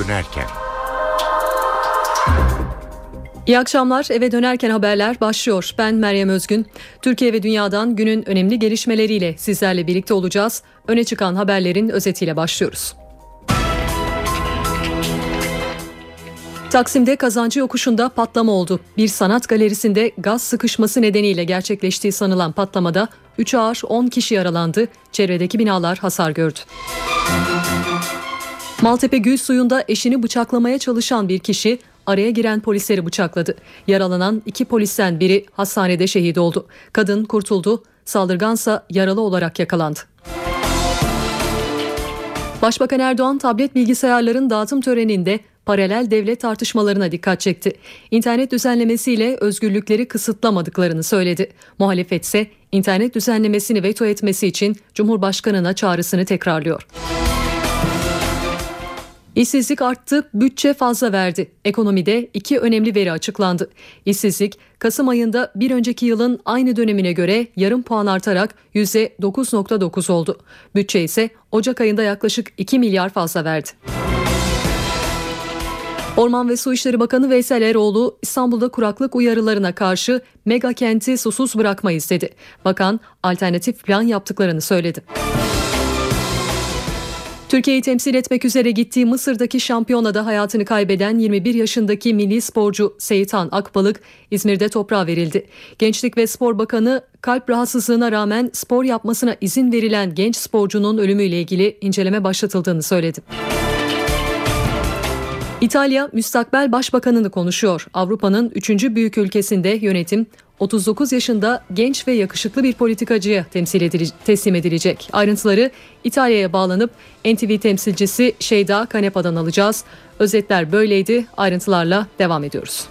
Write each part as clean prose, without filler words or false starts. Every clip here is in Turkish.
dönerken. İyi akşamlar. Eve dönerken haberler başlıyor. Ben Meryem Özgün. Türkiye ve dünyadan günün önemli gelişmeleriyle sizlerle birlikte olacağız. Öne çıkan haberlerin özetiyle başlıyoruz. Taksim'de Kazancı Yokuşu'nda patlama oldu. Bir sanat galerisinde gaz sıkışması nedeniyle gerçekleştiği sanılan patlamada 3 ağır 10 kişi yaralandı. Çevredeki binalar hasar gördü. Maltepe Gülsuyu'nda eşini bıçaklamaya çalışan bir kişi araya giren polisleri bıçakladı. Yaralanan 2 polisten biri hastanede şehit oldu. Kadın kurtuldu, saldırgansa yaralı olarak yakalandı. Başbakan Erdoğan tablet bilgisayarların dağıtım töreninde paralel devlet tartışmalarına dikkat çekti. İnternet düzenlemesiyle özgürlükleri kısıtlamadıklarını söyledi. Muhalefet ise internet düzenlemesini veto etmesi için Cumhurbaşkanı'na çağrısını tekrarlıyor. İşsizlik arttı, bütçe fazla verdi. Ekonomide 2 önemli veri açıklandı. İşsizlik, Kasım ayında bir önceki yılın aynı dönemine göre yarım puan artarak %9.9 oldu. Bütçe ise Ocak ayında yaklaşık 2 milyar fazla verdi. Orman ve Su İşleri Bakanı Veysel Eroğlu, İstanbul'da kuraklık uyarılarına karşı mega kenti susuz bırakmayız dedi. Bakan, alternatif plan yaptıklarını söyledi. Türkiye'yi temsil etmek üzere gittiği Mısır'daki şampiyonada hayatını kaybeden 21 yaşındaki milli sporcu Seyitan Akbalık İzmir'de toprağa verildi. Gençlik ve Spor Bakanı kalp rahatsızlığına rağmen spor yapmasına izin verilen genç sporcunun ölümüyle ilgili inceleme başlatıldığını söyledi. İtalya müstakbel başbakanını konuşuyor. Avrupa'nın 3. büyük ülkesinde yönetim 39 yaşında genç ve yakışıklı bir politikacıya teslim edilecek. Ayrıntıları İtalya'ya bağlanıp NTV temsilcisi Şeyda Kanepa'dan alacağız. Özetler böyleydi. Ayrıntılarla devam ediyoruz.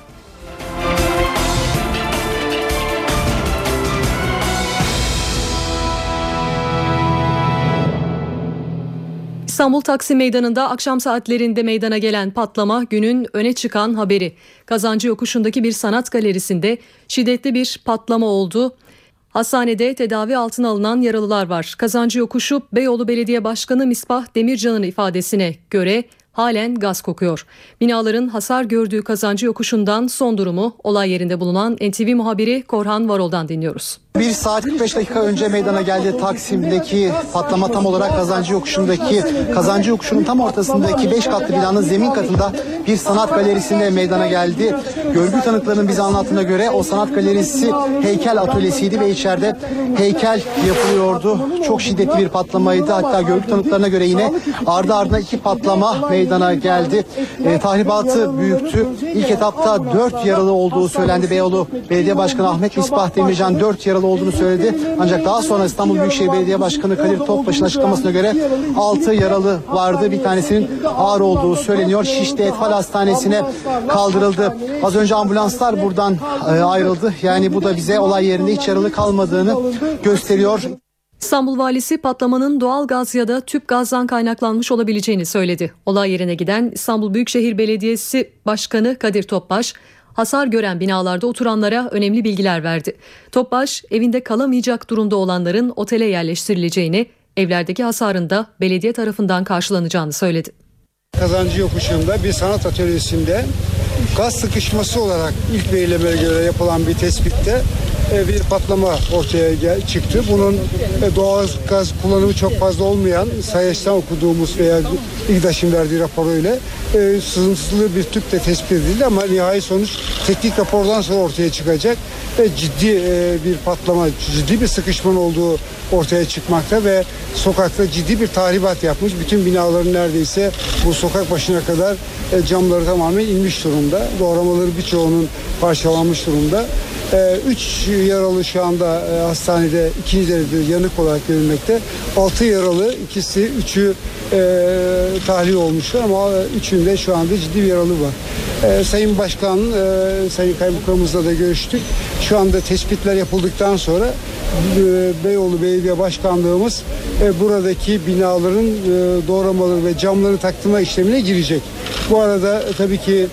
İstanbul Taksim Meydanı'nda akşam saatlerinde meydana gelen patlama günün öne çıkan haberi. Kazancı Yokuşu'ndaki bir sanat galerisinde şiddetli bir patlama oldu. Hastanede tedavi altına alınan yaralılar var. Kazancı Yokuşu Beyoğlu Belediye Başkanı Misbah Demircan'ın ifadesine göre halen gaz kokuyor. Binaların hasar gördüğü Kazancı Yokuşu'ndan son durumu olay yerinde bulunan NTV muhabiri Korhan Varol'dan dinliyoruz. 1 saat 45 dakika önce meydana geldi Taksim'deki patlama, tam olarak Kazancı Yokuşu'nun tam ortasındaki 5 katlı binanın zemin katında bir sanat galerisinde meydana geldi. Görgü tanıklarının bize anlattığına göre o sanat galerisi heykel atölyesiydi ve içeride heykel yapılıyordu. Çok şiddetli bir patlamaydı. Hatta görgü tanıklarına göre yine ardı ardına 2 patlama meydana geldi. Tahribatı büyüktü. İlk etapta 4 yaralı olduğu söylendi. Beyoğlu Belediye Başkanı Ahmet Misbah Demircan 4 yaralı olduğunu söyledi. Ancak daha sonra İstanbul Büyükşehir Belediye Başkanı Kadir Topbaş'ın açıklamasına göre 6 yaralı vardı. Bir tanesinin ağır olduğu söyleniyor. Şişli Etfal Hastanesi'ne kaldırıldı. Az önce ambulanslar buradan ayrıldı. Yani bu da bize olay yerinde hiç yaralı kalmadığını gösteriyor. İstanbul Valisi patlamanın doğal gaz ya da tüp gazdan kaynaklanmış olabileceğini söyledi. Olay yerine giden İstanbul Büyükşehir Belediyesi Başkanı Kadir Topbaş, hasar gören binalarda oturanlara önemli bilgiler verdi. Topbaş, evinde kalamayacak durumda olanların otele yerleştirileceğini, evlerdeki hasarın da belediye tarafından karşılanacağını söyledi. Kazancı Yokuşu'nda bir sanat atölyesinde gaz sıkışması olarak ilk verilerime göre yapılan bir tespitte bir patlama ortaya çıktı. Bunun doğal gaz kullanımı çok fazla olmayan, Sayaç'tan okuduğumuz veya İGDAŞ'ın verdiği raporuyla sızıntılı bir tüp de tespit edildi ama nihai sonuç teknik rapordan sonra ortaya çıkacak. Ciddi bir patlama, ciddi bir sıkışmanın olduğu ortaya çıkmakta ve sokakta ciddi bir tahribat yapmış. Bütün binaların neredeyse bu sokak başına kadar camları tamamen inmiş durumda. Doğramaları birçoğunun parçalanmış durumda. 3 yaralı şu anda hastanede, 2. derecede yanık olarak görülmekte. 6 yaralı, 3'ü tahliye olmuşlar ama 3'ünde şu anda ciddi bir yaralı var. Sayın Başkan, Sayın Kaymakamımızla da görüştük. Şu anda tespitler yapıldıktan sonra Beyoğlu Belediye Başkanlığımız buradaki binaların doğramaları ve camları taktırma işlemine girecek. Bu arada tabii ki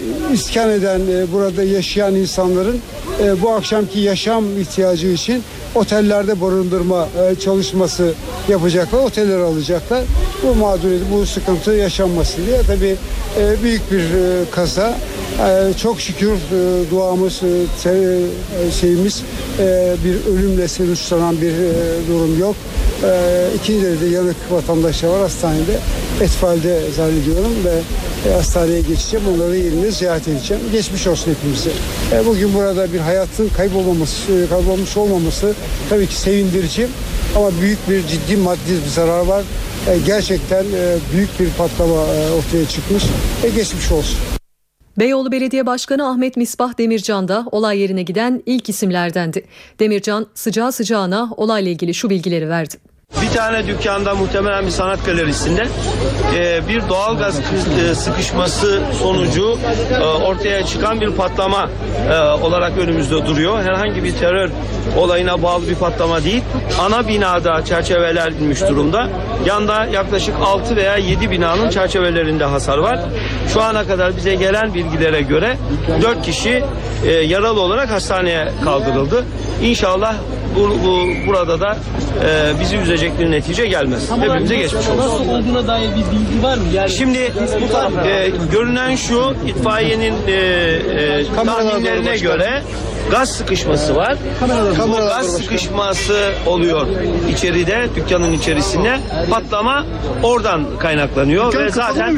iskan eden, burada yaşayan insanların bu akşamki yaşam ihtiyacı için otellerde barındırma çalışması yapacaklar. Oteller alacaklar. Bu mağduriyet, bu sıkıntı yaşanmasın diye. Tabii büyük bir kaza. Çok şükür duamız, şeyimiz bir ölümle sonuçlanan bir durum yok. İkileri de yanık vatandaşlar var hastanede. Etfal'de zannediyorum ve hastaneye geçeceğim. Onları yerine ziyaret edeceğim. Geçmiş olsun hepimize. Bugün burada bir hayatın kaybolmuş olmaması tabii ki sevindirici. Ama büyük bir ciddi maddi bir zarar var. Gerçekten büyük bir patlama ortaya çıkmış. Geçmiş olsun. Beyoğlu Belediye Başkanı Ahmet Misbah Demircan da olay yerine giden ilk isimlerdendi. Demircan sıcağı sıcağına olayla ilgili şu bilgileri verdi. Bir tane dükkanda, muhtemelen bir sanat galerisinde bir doğalgaz sıkışması sonucu ortaya çıkan bir patlama olarak önümüzde duruyor. Herhangi bir terör olayına bağlı bir patlama değil. Ana binada çerçeveler inmiş durumda. Yanda yaklaşık 6 veya 7 binanın çerçevelerinde hasar var. Şu ana kadar bize gelen bilgilere göre 4 kişi yaralı olarak hastaneye kaldırıldı. İnşallah burada da bizi üzecek bir netice gelmez. Hepimize geçmiş olsun. Nasıl olduğuna dair bir bilgi var mı? Yani şimdi görünen şu, itfaiyenin tahminlerine göre gaz sıkışması var. Bu gaz sıkışması oluyor içeride, dükkanın içerisinde. Patlama oradan kaynaklanıyor ve zaten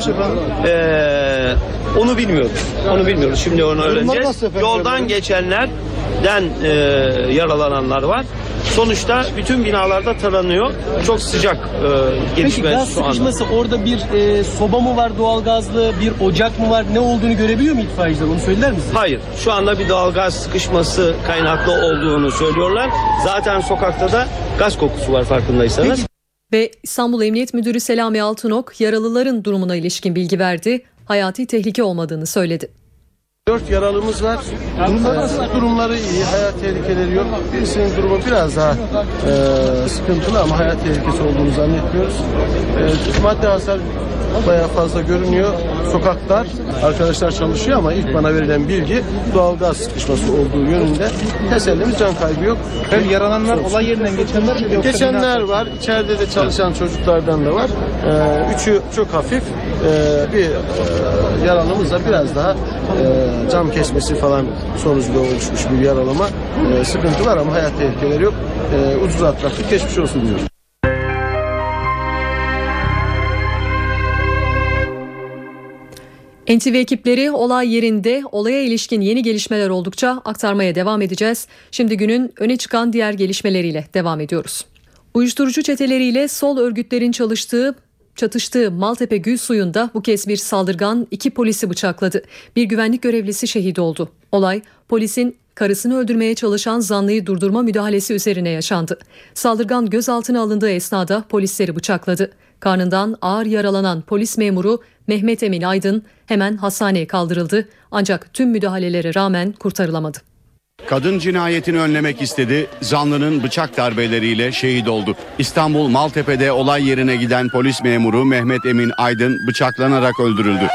onu bilmiyoruz. Şimdi onu öğreneceğiz. Yoldan geçenlerden yaralananlar var. Sonuçta bütün binalarda taranıyor. Çok sıcak gelişme Peki gaz şu anda. sıkışması orada bir soba mı var doğalgazlı, bir ocak mı var? Ne olduğunu görebiliyor mu itfaiyeciler? Onu söyler misiniz? Hayır. Şu anda bir doğalgaz sıkışması kaynaklı olduğunu söylüyorlar. Zaten sokakta da gaz kokusu var, farkındaysanız. Ve İstanbul Emniyet Müdürü Selami Altınok yaralıların durumuna ilişkin bilgi verdi. Hayati tehlike olmadığını söyledi. 4 yaralımız var. Durumları iyi, hayat tehlikeleri yok. Birisinin durumu biraz daha sıkıntılı ama hayat tehlikesi olduğunu zannetmiyoruz. Maddi hasar bayağı fazla görünüyor. Sokaklar, arkadaşlar çalışıyor ama ilk bana verilen bilgi doğalgaz sıkışması olduğu yönünde. Tesellimiz, can kaybı yok. Hem yaralananlar olay yerinden geçenler mi? Geçenler var. İçeride de çalışan çocuklardan da var. Üçü çok hafif. Bir yaralımız da biraz daha cam kesmesi falan sonucunda oluşmuş bir yaralama. Sıkıntı var ama hayat tehlikeleri yok. Ucuz atlattık. Geçmiş olsun diyoruz. NTV ekipleri olay yerinde olaya ilişkin yeni gelişmeler oldukça aktarmaya devam edeceğiz. Şimdi günün öne çıkan diğer gelişmeleriyle devam ediyoruz. Uyuşturucu çeteleriyle sol örgütlerin çatıştığı Maltepe Gülsuyu'nda bu kez bir saldırgan 2 polisi bıçakladı. Bir güvenlik görevlisi şehit oldu. Olay polisin karısını öldürmeye çalışan zanlıyı durdurma müdahalesi üzerine yaşandı. Saldırgan gözaltına alındığı esnada polisleri bıçakladı. Karnından ağır yaralanan polis memuru Mehmet Emin Aydın hemen hastaneye kaldırıldı ancak tüm müdahalelere rağmen kurtarılamadı. Kadın cinayetini önlemek istedi, zanlının bıçak darbeleriyle şehit oldu. İstanbul Maltepe'de olay yerine giden polis memuru Mehmet Emin Aydın bıçaklanarak öldürüldü.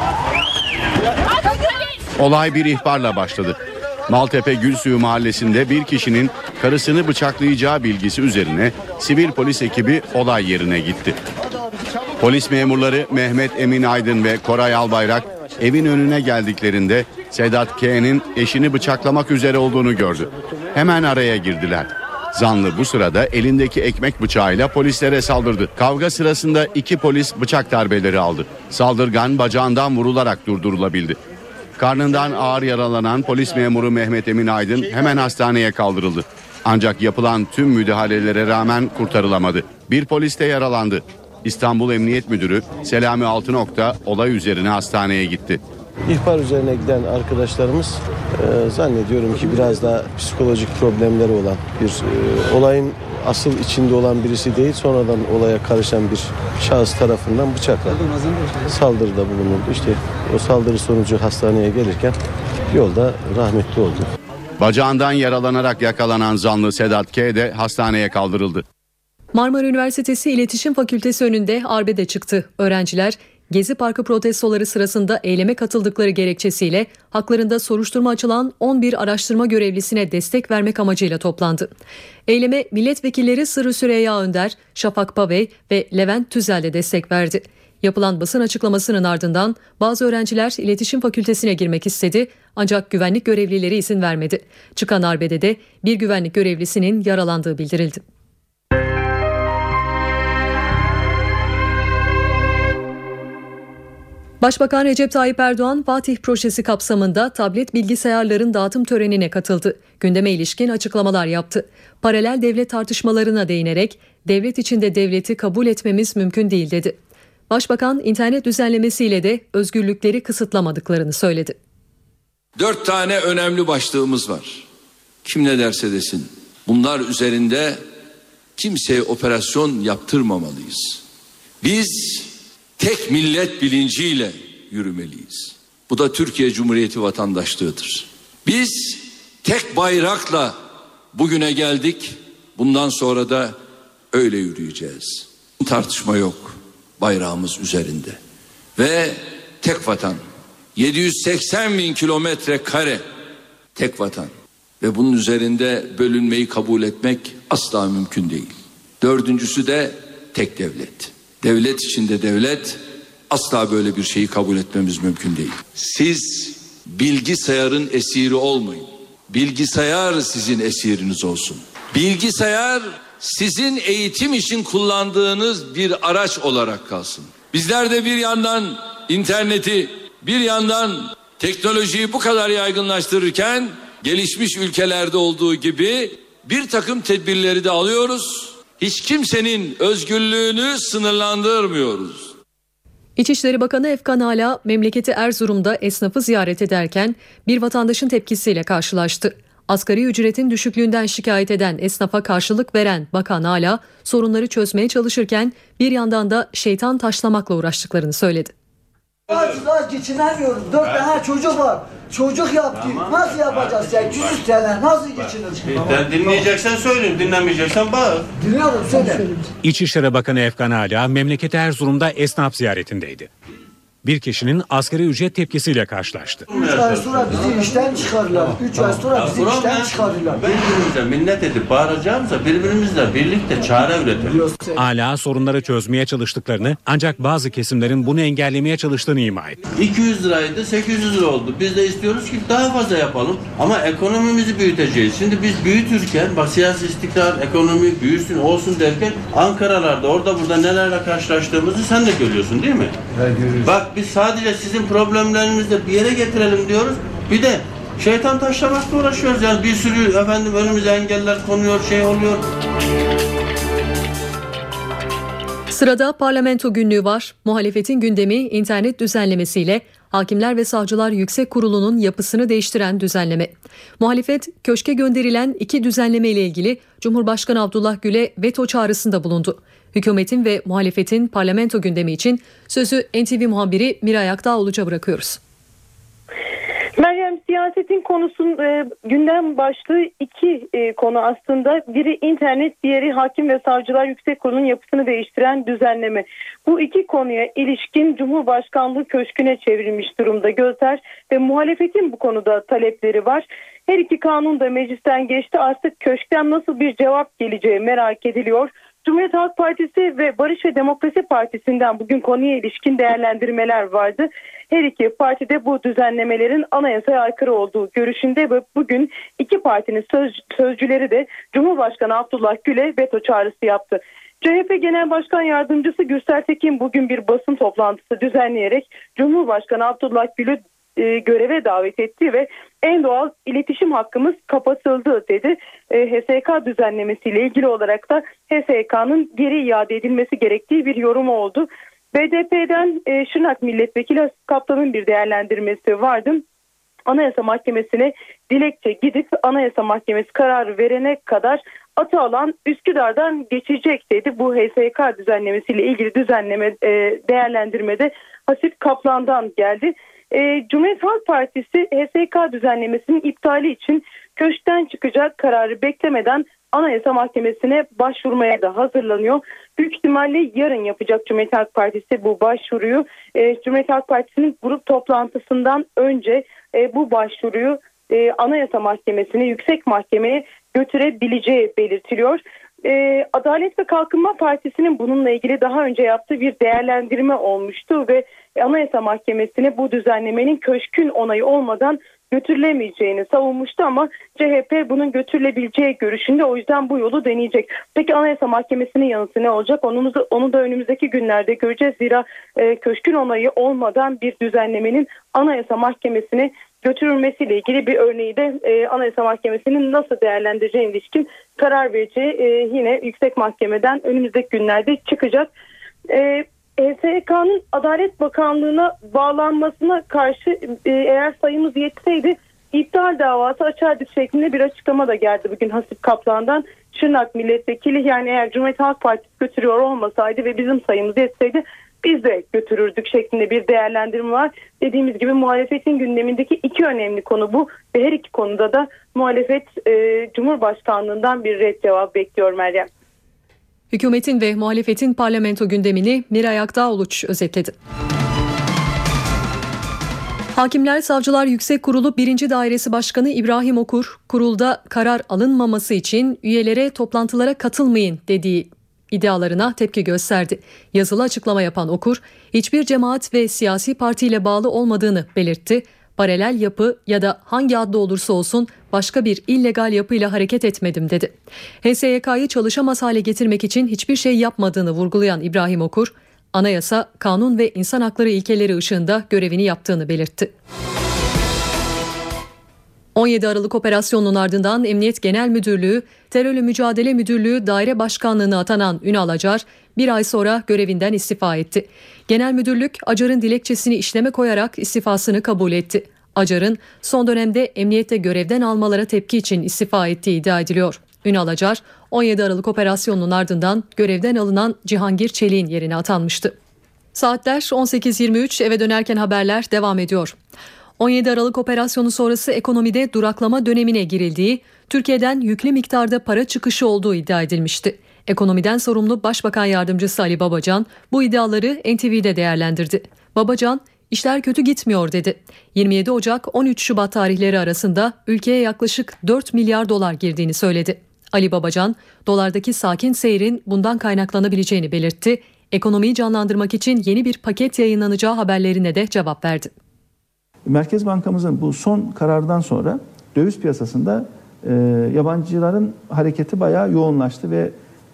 Olay bir ihbarla başladı. Maltepe Gülsuyu mahallesinde bir kişinin karısını bıçaklayacağı bilgisi üzerine sivil polis ekibi olay yerine gitti. Polis memurları Mehmet Emin Aydın ve Koray Albayrak evin önüne geldiklerinde Sedat K'nin eşini bıçaklamak üzere olduğunu gördü. Hemen araya girdiler. Zanlı bu sırada elindeki ekmek bıçağıyla polislere saldırdı. Kavga sırasında 2 polis bıçak darbeleri aldı. Saldırgan bacağından vurularak durdurulabildi. Karnından ağır yaralanan polis memuru Mehmet Emin Aydın hemen hastaneye kaldırıldı. Ancak yapılan tüm müdahalelere rağmen kurtarılamadı. Bir polis de yaralandı. İstanbul Emniyet Müdürü Selami Altınok da olay üzerine hastaneye gitti. İhbar üzerine giden arkadaşlarımız zannediyorum ki biraz daha psikolojik problemleri olan bir olayın asıl içinde olan birisi değil, sonradan olaya karışan bir şahıs tarafından bıçakla saldırıda bulunuldu. İşte o saldırı sonucu hastaneye gelirken yolda rahmetli oldu. Bacağından yaralanarak yakalanan zanlı Sedat K de hastaneye kaldırıldı. Marmara Üniversitesi İletişim Fakültesi önünde arbede çıktı. Öğrenciler Gezi Parkı protestoları sırasında eyleme katıldıkları gerekçesiyle haklarında soruşturma açılan 11 araştırma görevlisine destek vermek amacıyla toplandı. Eyleme milletvekilleri Sırrı Süreyya Önder, Şafak Pavey ve Levent Tüzel de destek verdi. Yapılan basın açıklamasının ardından bazı öğrenciler İletişim Fakültesine girmek istedi ancak güvenlik görevlileri izin vermedi. Çıkan arbedede bir güvenlik görevlisinin yaralandığı bildirildi. Başbakan Recep Tayyip Erdoğan, Fatih projesi kapsamında tablet bilgisayarların dağıtım törenine katıldı. Gündeme ilişkin açıklamalar yaptı. Paralel devlet tartışmalarına değinerek devlet içinde devleti kabul etmemiz mümkün değil dedi. Başbakan internet düzenlemesiyle de özgürlükleri kısıtlamadıklarını söyledi. 4 tane önemli başlığımız var. Kim ne derse desin. Bunlar üzerinde kimseye operasyon yaptırmamalıyız. Biz tek millet bilinciyle yürümeliyiz. Bu da Türkiye Cumhuriyeti vatandaşlığıdır. Biz tek bayrakla bugüne geldik. Bundan sonra da öyle yürüyeceğiz. Tartışma yok bayrağımız üzerinde. Ve tek vatan. 780 bin kilometre kare tek vatan. Ve bunun üzerinde bölünmeyi kabul etmek asla mümkün değil. 4.'sü de tek devlet. Devlet içinde devlet, asla böyle bir şeyi kabul etmemiz mümkün değil. Siz bilgisayarın esiri olmayın. Bilgisayar sizin esiriniz olsun. Bilgisayar sizin eğitim için kullandığınız bir araç olarak kalsın. Bizler de bir yandan interneti, bir yandan teknolojiyi bu kadar yaygınlaştırırken gelişmiş ülkelerde olduğu gibi bir takım tedbirleri de alıyoruz. Hiç kimsenin özgürlüğünü sınırlandırmıyoruz. İçişleri Bakanı Efkan Ala memleketi Erzurum'da esnafı ziyaret ederken bir vatandaşın tepkisiyle karşılaştı. Asgari ücretin düşüklüğünden şikayet eden esnafa karşılık veren Bakan Ala sorunları çözmeye çalışırken bir yandan da şeytan taşlamakla uğraştıklarını söyledi. Aç geçinemiyoruz. 4 tane çocuk var. Çocuk yaptı. Nasıl yapacağız? 800 TL nasıl geçinir? Dinleyeceksen söyle, dinlemeyeceksen bağır. Dinliyorum, söyle. İçişleri Bakanı Efkan Ala memleketi Erzurum'da esnaf ziyaretindeydi. Bir kişinin asgari ücret tepkisiyle karşılaştı. 3 ay sonra bizi işten çıkarırlar. 3 ay sonra bizi işten çıkarırlar. Birbirimize minnet edip bağıracağımıza birbirimizle birlikte çare üretelim. Ala sorunları çözmeye çalıştıklarını ancak bazı kesimlerin bunu engellemeye çalıştığını ima etti. 200 liraydı 800 lira oldu. Biz de istiyoruz ki daha fazla yapalım ama ekonomimizi büyüteceğiz. Şimdi biz büyütürken bak siyasi istikrar, ekonomi büyüsün olsun derken Ankara'larda orada burada nelerle karşılaştığımızı sen de görüyorsun değil mi? Evet, görüyoruz. Bak biz sadece sizin problemlerinizi de bir yere getirelim diyoruz. Bir de şeytan taşlamakla uğraşıyoruz. Yani bir sürü önümüze engeller konuyor, şey oluyor. Sırada parlamento günlüğü var. Muhalefetin gündemi internet düzenlemesiyle Hakimler ve Savcılar Yüksek Kurulu'nun yapısını değiştiren düzenleme. Muhalefet köşke gönderilen 2 düzenleme ile ilgili Cumhurbaşkanı Abdullah Gül'e veto çağrısında bulundu. Hükümetin ve muhalefetin parlamento gündemi için sözü NTV muhabiri Miray Akdağoğlu'ca bırakıyoruz. Meryem, siyasetin gündem başlığı 2 konu aslında. Biri internet, diğeri Hakim ve Savcılar Yüksek Kurulu'nun yapısını değiştiren düzenleme. Bu 2 konuya ilişkin Cumhurbaşkanlığı köşküne çevrilmiş durumda gözler ve muhalefetin bu konuda talepleri var. Her 2 kanun da meclisten geçti. Artık köşkten nasıl bir cevap geleceği merak ediliyor. Cumhuriyet Halk Partisi ve Barış ve Demokrasi Partisi'nden bugün konuya ilişkin değerlendirmeler vardı. Her 2 parti de bu düzenlemelerin anayasaya aykırı olduğu görüşünde ve bugün 2 partinin sözcüleri de Cumhurbaşkanı Abdullah Gül'e veto çağrısı yaptı. CHP Genel Başkan Yardımcısı Gürsel Tekin bugün bir basın toplantısı düzenleyerek Cumhurbaşkanı Abdullah Gül'ü göreve davet etti ve en doğal iletişim hakkımız kapatıldı dedi. HSK düzenlemesiyle ilgili olarak da HSK'nın geri iade edilmesi gerektiği bir yorum oldu. BDP'den Şırnak Milletvekili Hasip Kaplan'ın bir değerlendirmesi vardı. Anayasa Mahkemesi'ne dilekçe gidip Anayasa Mahkemesi kararı verene kadar atı alan Üsküdar'dan geçecek dedi. Bu HSK düzenlemesiyle ilgili değerlendirmede Hasip Kaplan'dan geldi. Cumhuriyet Halk Partisi HSK düzenlemesinin iptali için köşkten çıkacak ayrıca kararı beklemeden Anayasa Mahkemesi'ne başvurmaya da hazırlanıyor. Büyük ihtimalle yarın yapacak Cumhuriyet Halk Partisi bu başvuruyu. Cumhuriyet Halk Partisi'nin grup toplantısından önce bu başvuruyu Anayasa Mahkemesi'ne, Yüksek Mahkeme'ye götürebileceği belirtiliyor. Adalet ve Kalkınma Partisi'nin bununla ilgili daha önce yaptığı bir değerlendirme olmuştu ve Anayasa Mahkemesi'ne bu düzenlemenin köşkün onayı olmadan götürülemeyeceğini savunmuştu ama CHP bunun götürülebileceği görüşünde, o yüzden bu yolu deneyecek. Peki Anayasa Mahkemesi'nin yanıtı ne olacak? Onu da önümüzdeki günlerde göreceğiz. Zira köşkün onayı olmadan bir düzenlemenin Anayasa Mahkemesi'ne götürülmesiyle ilgili bir örneği de Anayasa Mahkemesi'nin nasıl değerlendireceğine ilişkin karar vereceği yine Yüksek Mahkeme'den önümüzdeki günlerde çıkacak. HSYK'nın Adalet Bakanlığı'na bağlanmasına karşı eğer sayımız yetseydi iptal davası açardık şeklinde bir açıklama da geldi bugün Hasip Kaplan'dan. Şırnak Milletvekili, yani eğer Cumhuriyet Halk Partisi götürüyor olmasaydı ve bizim sayımız yetseydi biz de götürürdük şeklinde bir değerlendirme var. Dediğimiz gibi muhalefetin gündemindeki iki önemli konu bu ve her iki konuda da muhalefet Cumhurbaşkanlığından bir red cevap bekliyor Meryem. Hükümetin ve muhalefetin parlamento gündemini Miray Akdağoluç özetledi. Hakimler Savcılar Yüksek Kurulu 1. Dairesi Başkanı İbrahim Okur, kurulda karar alınmaması için üyelere toplantılara katılmayın dediği iddialarına tepki gösterdi. Yazılı açıklama yapan Okur, hiçbir cemaat ve siyasi partiyle bağlı olmadığını belirtti. Paralel yapı ya da hangi adda olursa olsun başka bir illegal yapıyla hareket etmedim dedi. HSYK'yı çalışamaz hale getirmek için hiçbir şey yapmadığını vurgulayan İbrahim Okur, anayasa, kanun ve insan hakları ilkeleri ışığında görevini yaptığını belirtti. 17 Aralık operasyonunun ardından Emniyet Genel Müdürlüğü, Terörle Mücadele Müdürlüğü Daire Başkanlığı'na atanan Ünal Acar, bir ay sonra görevinden istifa etti. Genel Müdürlük, Acar'ın dilekçesini işleme koyarak istifasını kabul etti. Acar'ın son dönemde emniyette görevden almalara tepki için istifa ettiği iddia ediliyor. Ünal Acar, 17 Aralık operasyonunun ardından görevden alınan Cihangir Çelik'in yerine atanmıştı. Saatler 18.23, eve dönerken haberler devam ediyor. 17 Aralık operasyonu sonrası ekonomide duraklama dönemine girildiği, Türkiye'den yüklü miktarda para çıkışı olduğu iddia edilmişti. Ekonomiden sorumlu Başbakan Yardımcısı Ali Babacan bu iddiaları NTV'de değerlendirdi. Babacan, işler kötü gitmiyor dedi. 27 Ocak 13 Şubat tarihleri arasında ülkeye yaklaşık 4 milyar dolar girdiğini söyledi. Ali Babacan, dolardaki sakin seyrin bundan kaynaklanabileceğini belirtti. Ekonomiyi canlandırmak için yeni bir paket yayınlanacağı haberlerine de cevap verdi. Merkez Bankamızın bu son karardan sonra döviz piyasasında yabancıların hareketi bayağı yoğunlaştı ve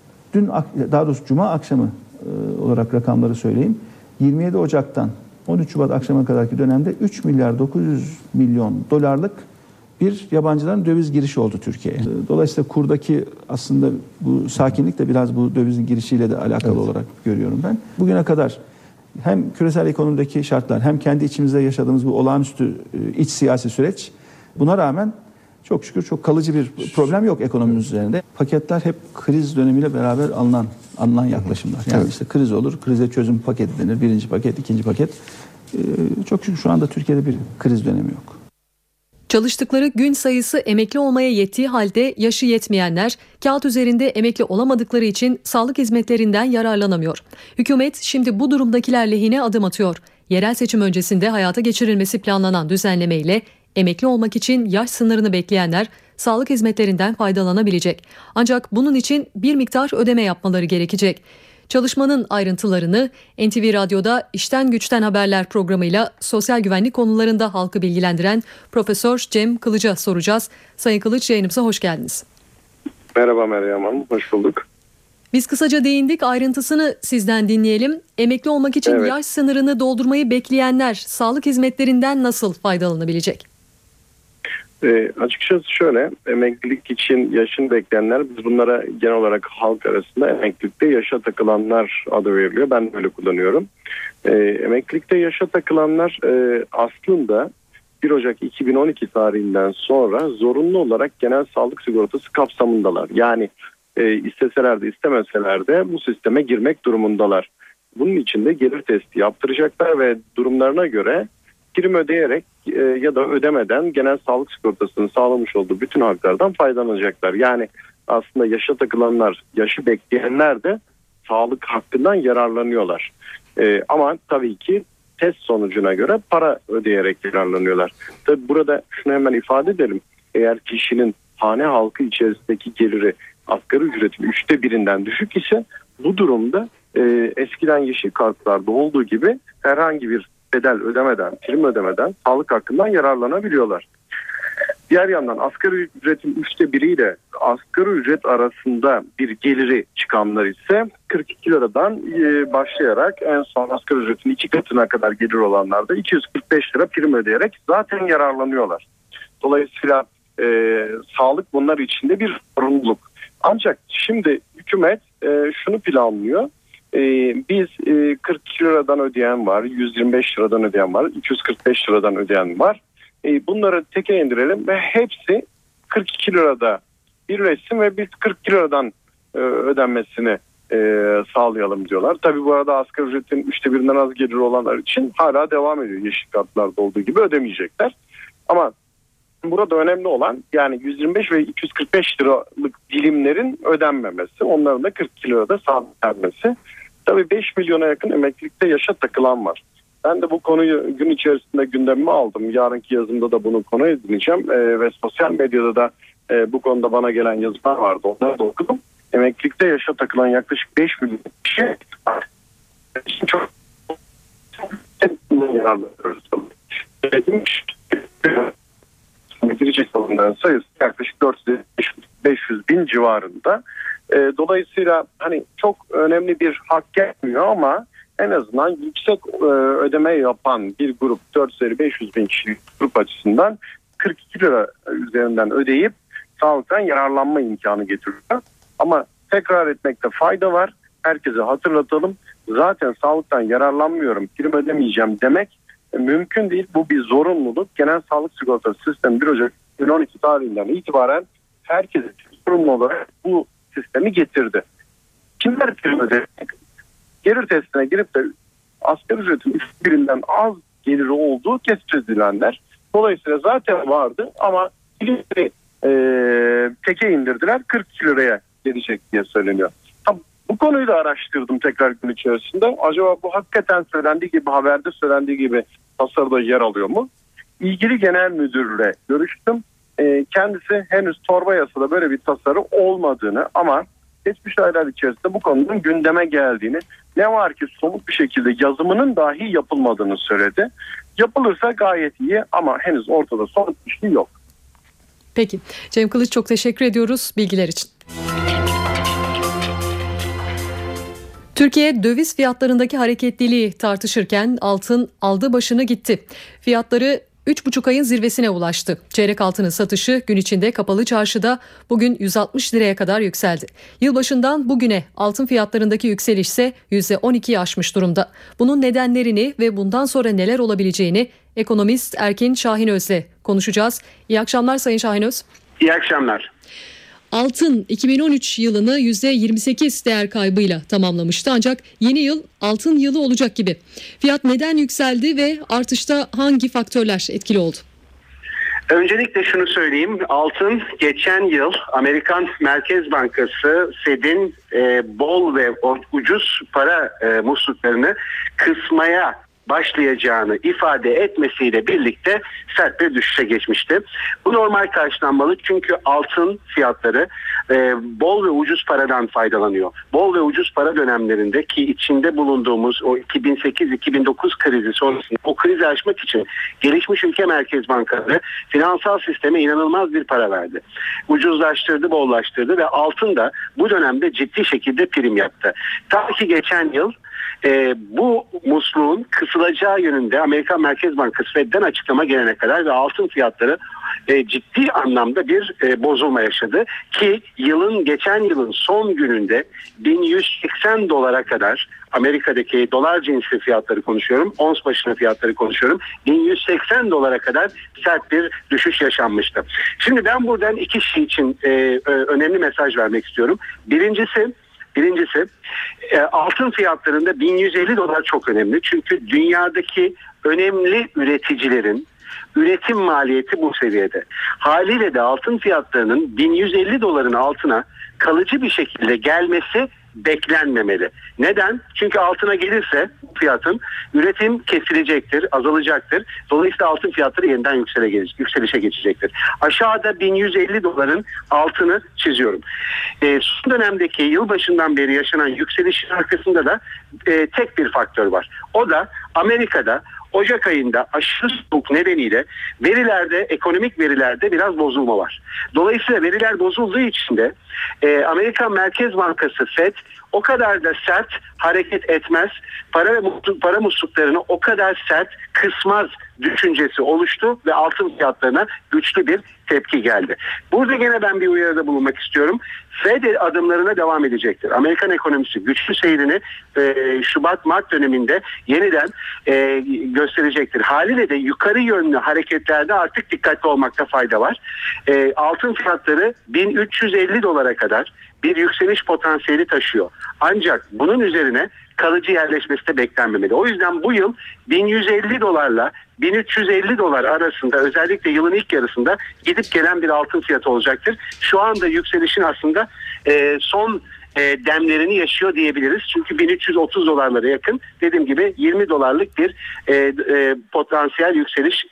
daha doğrusu Cuma akşamı olarak rakamları söyleyeyim. 27 Ocak'tan 13 Şubat akşamına kadarki dönemde 3 milyar 900 milyon dolarlık bir yabancıların döviz girişi oldu Türkiye'ye. Dolayısıyla kurdaki aslında bu sakinlik de biraz bu dövizin girişiyle de alakalı olarak görüyorum ben. Bugüne kadar hem küresel ekonomideki şartlar hem kendi içimizde yaşadığımız bu olağanüstü iç siyasi süreç, buna rağmen çok şükür çok kalıcı bir problem yok ekonomimiz üzerinde. Paketler hep kriz dönemiyle beraber alınan yaklaşımlar. Yani işte kriz olur, krize çözüm paketi denir. Birinci paket, ikinci paket. Çok şükür şu anda Türkiye'de bir kriz dönemi yok. Çalıştıkları gün sayısı emekli olmaya yettiği halde yaşı yetmeyenler kağıt üzerinde emekli olamadıkları için sağlık hizmetlerinden yararlanamıyor. Hükümet şimdi bu durumdakiler lehine adım atıyor. Yerel seçim öncesinde hayata geçirilmesi planlanan düzenlemeyle emekli olmak için yaş sınırını bekleyenler sağlık hizmetlerinden faydalanabilecek. Ancak bunun için bir miktar ödeme yapmaları gerekecek. Çalışmanın ayrıntılarını NTV Radyo'da İşten Güçten Haberler programıyla sosyal güvenlik konularında halkı bilgilendiren Profesör Cem Kılıç'a soracağız. Sayın Kılıç, yayınımıza hoş geldiniz. Merhaba Meryem Hanım, hoş bulduk. Biz kısaca değindik, ayrıntısını sizden dinleyelim. Emekli olmak için yaş sınırını doldurmayı bekleyenler sağlık hizmetlerinden nasıl faydalanabilecek? Açıkçası şöyle, emeklilik için yaşını bekleyenler, biz bunlara genel olarak halk arasında emeklilikte yaşa takılanlar adı veriliyor. Ben böyle kullanıyorum. Emeklilikte yaşa takılanlar aslında 1 Ocak 2012 tarihinden sonra zorunlu olarak genel sağlık sigortası kapsamındalar. Yani isteseler de istemeseler de bu sisteme girmek durumundalar. Bunun için de gelir testi yaptıracaklar ve durumlarına göre prim ödeyerek ya da ödemeden genel sağlık sigortasının sağlamış olduğu bütün haklardan faydalanacaklar. Yani aslında yaşa takılanlar, yaşı bekleyenler de sağlık hakkından yararlanıyorlar. Ama tabii ki test sonucuna göre para ödeyerek yararlanıyorlar. Tabii burada şunu hemen ifade edelim. Eğer kişinin hane halkı içerisindeki geliri asgari ücretin 1/3'ünden düşük ise bu durumda eskiden yeşil kartlarda olduğu gibi herhangi bir bedel ödemeden, prim ödemeden sağlık hakkından yararlanabiliyorlar. Diğer yandan asgari ücretin 1/3 ile asgari ücret arasında bir geliri çıkanlar ise 42 liradan başlayarak en son asgari ücretin 2 katına kadar gelir olanlar da 245 lira prim ödeyerek zaten yararlanıyorlar. Dolayısıyla sağlık bunlar için de bir sorumluluk. Ancak şimdi hükümet şunu planlıyor. Biz 42 liradan ödeyen var, 125 liradan ödeyen var, 245 liradan ödeyen var. Bunları teke indirelim ve hepsi 42 lirada birleşsin ve biz 42 liradan ödenmesini sağlayalım diyorlar. Tabii bu arada asgari ücretin 1/3'ünden az geliri olanlar için hala devam ediyor. Yeşil kartlarda olduğu gibi ödemeyecekler. Ama burada önemli olan yani 125 ve 245 liralık dilimlerin ödenmemesi. Onların da 42 lirada sabitlenmesi. Tabii 5 milyona yakın emeklilikte yaşa takılan var. Ben de bu konuyu gün içerisinde gündemime aldım. Yarınki yazımda da bunu konu edineceğim. Ve sosyal medyada da bu konuda bana gelen yazılar vardı. Onları da okudum. Emeklilikte yaşa takılan yaklaşık 5 milyon kişi çok yararlanıyoruz. Girecek olanların sayısı yaklaşık 400-500 bin civarında. Dolayısıyla hani çok önemli bir hak gelmiyor ama en azından yüksek ödeme yapan bir grup 400-500 bin kişilik grup açısından 42 lira üzerinden ödeyip sağlıktan yararlanma imkanı getiriyor. Ama tekrar etmekte fayda var. Herkese hatırlatalım. Zaten sağlıktan yararlanmıyorum, prim ödemeyeceğim demek mümkün değil. Bu bir zorunluluk. Genel Sağlık Sigortası Sistemi 1 Ocak 2012 tarihinden itibaren herkese zorunlu olarak bu sistemi getirdi. Kimler prim ödeyecek? Gelir testine girip de asgari ücretin 1/3'ünden az geliri olduğu tespit edilenler. Dolayısıyla zaten vardı ama teke indirdiler, 42 liraya gelecek diye söyleniyor. Bu konuyu da araştırdım tekrar gün içerisinde. Acaba bu hakikaten söylendiği gibi, haberde söylendiği gibi tasarıda yer alıyor mu? İlgili genel müdürle görüştüm. Kendisi henüz torba yasada böyle bir tasarı olmadığını ama geçmiş aylar içerisinde bu konunun gündeme geldiğini, ne var ki somut bir şekilde yazımının dahi yapılmadığını söyledi. Yapılırsa gayet iyi ama henüz ortada somut bir şey yok. Peki. Cem Kılıç, çok teşekkür ediyoruz bilgiler için. Türkiye döviz fiyatlarındaki hareketliliği tartışırken altın aldı başını gitti. Fiyatları 3,5 ayın zirvesine ulaştı. Çeyrek altının satışı gün içinde kapalı çarşıda bugün 160 liraya kadar yükseldi. Yılbaşından bugüne altın fiyatlarındaki yükseliş ise %12'yi aşmış durumda. Bunun nedenlerini ve bundan sonra neler olabileceğini ekonomist Erkin Şahinöz'le konuşacağız. İyi akşamlar Sayın Şahinöz. İyi akşamlar. Altın 2013 yılını %28 değer kaybıyla tamamlamıştı ancak yeni yıl altın yılı olacak gibi. Fiyat neden yükseldi ve artışta hangi faktörler etkili oldu? Öncelikle şunu söyleyeyim. Altın geçen yıl Amerikan Merkez Bankası Fed'in bol ve ucuz para musluklarını kısmaya başlayacağını ifade etmesiyle birlikte sert bir düşüşe geçmişti. Bu normal karşılanmalı çünkü altın fiyatları bol ve ucuz paradan faydalanıyor. Bol ve ucuz para dönemlerinde ki içinde bulunduğumuz o 2008-2009 krizi sonrasında o krizi aşmak için gelişmiş ülke merkez bankaları finansal sisteme inanılmaz bir para verdi. Ucuzlaştırdı, bollaştırdı ve altın da bu dönemde ciddi şekilde prim yaptı. Ta ki geçen yıl bu musluğun kısılacağı yönünde Amerikan Merkez Bankası Fed'den açıklama gelene kadar ve altın fiyatları ciddi anlamda bir bozulma yaşadı ki geçen yılın son gününde 1180 dolara kadar Amerika'daki dolar cinsi fiyatları konuşuyorum, ons başına fiyatları konuşuyorum, 1180 dolara kadar sert bir düşüş yaşanmıştı. Şimdi ben buradan iki şey için önemli mesaj vermek istiyorum. Birincisi altın fiyatlarında 1150 dolar çok önemli. Çünkü dünyadaki önemli üreticilerin Üretim maliyeti bu seviyede. Haliyle de altın fiyatlarının 1150 doların altına kalıcı bir şekilde gelmesi beklenmemeli. Neden? Çünkü altına gelirse fiyatın üretim kesilecektir, azalacaktır. Dolayısıyla altın fiyatları yeniden yükselişe geçecektir. Aşağıda 1150 doların altını çiziyorum. Son dönemdeki yılbaşından beri yaşanan yükselişin arkasında da tek bir faktör var. O da Amerika'da Ocak ayında aşırı soğuk nedeniyle ekonomik verilerde biraz bozulma var. Dolayısıyla veriler bozulduğu için de Amerikan Merkez Bankası FED o kadar da sert hareket etmez, para musluklarını o kadar sert kısmaz düşüncesi oluştu ve altın fiyatlarına güçlü bir tepki geldi. Burada gene ben bir uyarıda bulunmak istiyorum. FED adımlarına devam edecektir. Amerikan ekonomisi güçlü seyrini Şubat-Mart döneminde yeniden gösterecektir. Haliyle de yukarı yönlü hareketlerde artık dikkatli olmakta fayda var. Altın fiyatları 1350 dolara kadar bir yükseliş potansiyeli taşıyor. Ancak bunun üzerine kalıcı yerleşmesi de beklenmemeli. O yüzden bu yıl 1150 dolarla 1350 dolar arasında, özellikle yılın ilk yarısında gidip gelen bir altın fiyatı olacaktır. Şu anda yükselişin aslında son demlerini yaşıyor diyebiliriz. Çünkü 1330 dolarlara yakın, dediğim gibi 20 dolarlık bir potansiyel yükseliş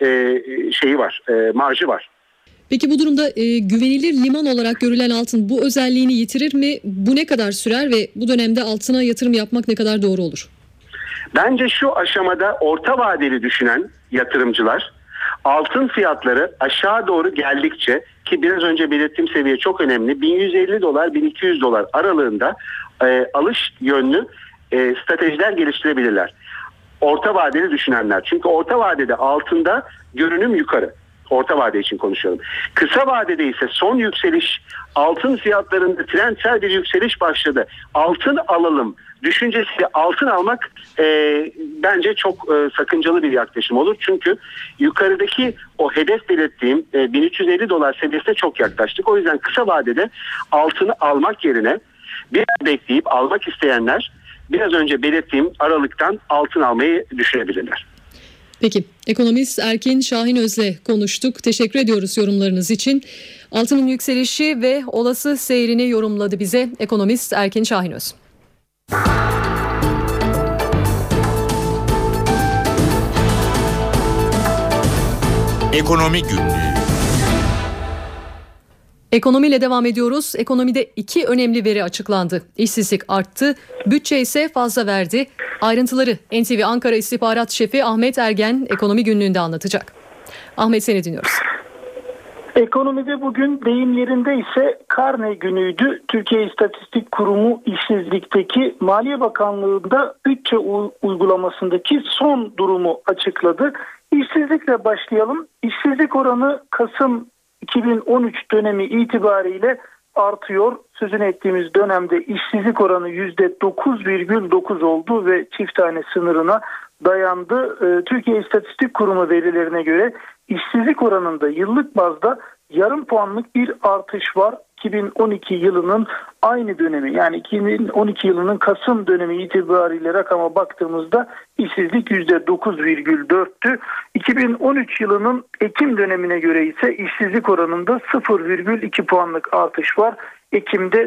marjı var. Peki bu durumda güvenilir liman olarak görülen altın bu özelliğini yitirir mi? Bu ne kadar sürer ve bu dönemde altına yatırım yapmak ne kadar doğru olur? Bence şu aşamada orta vadeli düşünen yatırımcılar altın fiyatları aşağı doğru geldikçe, ki biraz önce belirttiğim seviye çok önemli, 1150 dolar 1200 dolar aralığında alış yönlü stratejiler geliştirebilirler. Orta vadeli düşünenler. Çünkü orta vadede altında görünüm yukarı. Orta vade için konuşuyorum. Kısa vadede ise son yükseliş, altın fiyatlarında trendsel bir yükseliş başladı. Altın alalım düşüncesiyle altın almak bence çok sakıncalı bir yaklaşım olur. Çünkü yukarıdaki o hedef belirttiğim 1350 dolar seviyesine çok yaklaştık. O yüzden kısa vadede altını almak yerine biraz bekleyip almak isteyenler biraz önce belirttiğim aralıktan altın almayı düşünebilirler. Peki, ekonomist Erkin Şahinöz'le konuştuk. Teşekkür ediyoruz yorumlarınız için. Altının yükselişi ve olası seyrini yorumladı bize ekonomist Erkin Şahinöz. Ekonomi Günlüğü. Ekonomiyle devam ediyoruz. Ekonomide iki önemli veri açıklandı. İşsizlik arttı, bütçe ise fazla verdi. Ayrıntıları NTV Ankara İstihbarat Şefi Ahmet Ergen Ekonomi Günlüğü'nde anlatacak. Ahmet, seni dinliyoruz. Ekonomide bugün deyim yerinde ise karne günüydü. Türkiye İstatistik Kurumu işsizlikteki Maliye Bakanlığı'nda bütçe uygulamasındaki son durumu açıkladı. İşsizlikle başlayalım. İşsizlik oranı Kasım 2013 dönemi itibariyle artıyor. Sözünü ettiğimiz dönemde işsizlik oranı %9,9 oldu ve çift tane sınırına dayandı. Türkiye İstatistik Kurumu verilerine göre işsizlik oranında yıllık bazda yarım puanlık bir artış var. 2012 yılının aynı dönemi, yani 2012 yılının Kasım dönemi itibariyle rakama baktığımızda işsizlik %9,4'tü. 2013 yılının Ekim dönemine göre ise işsizlik oranında 0,2 puanlık artış var. Ekim'de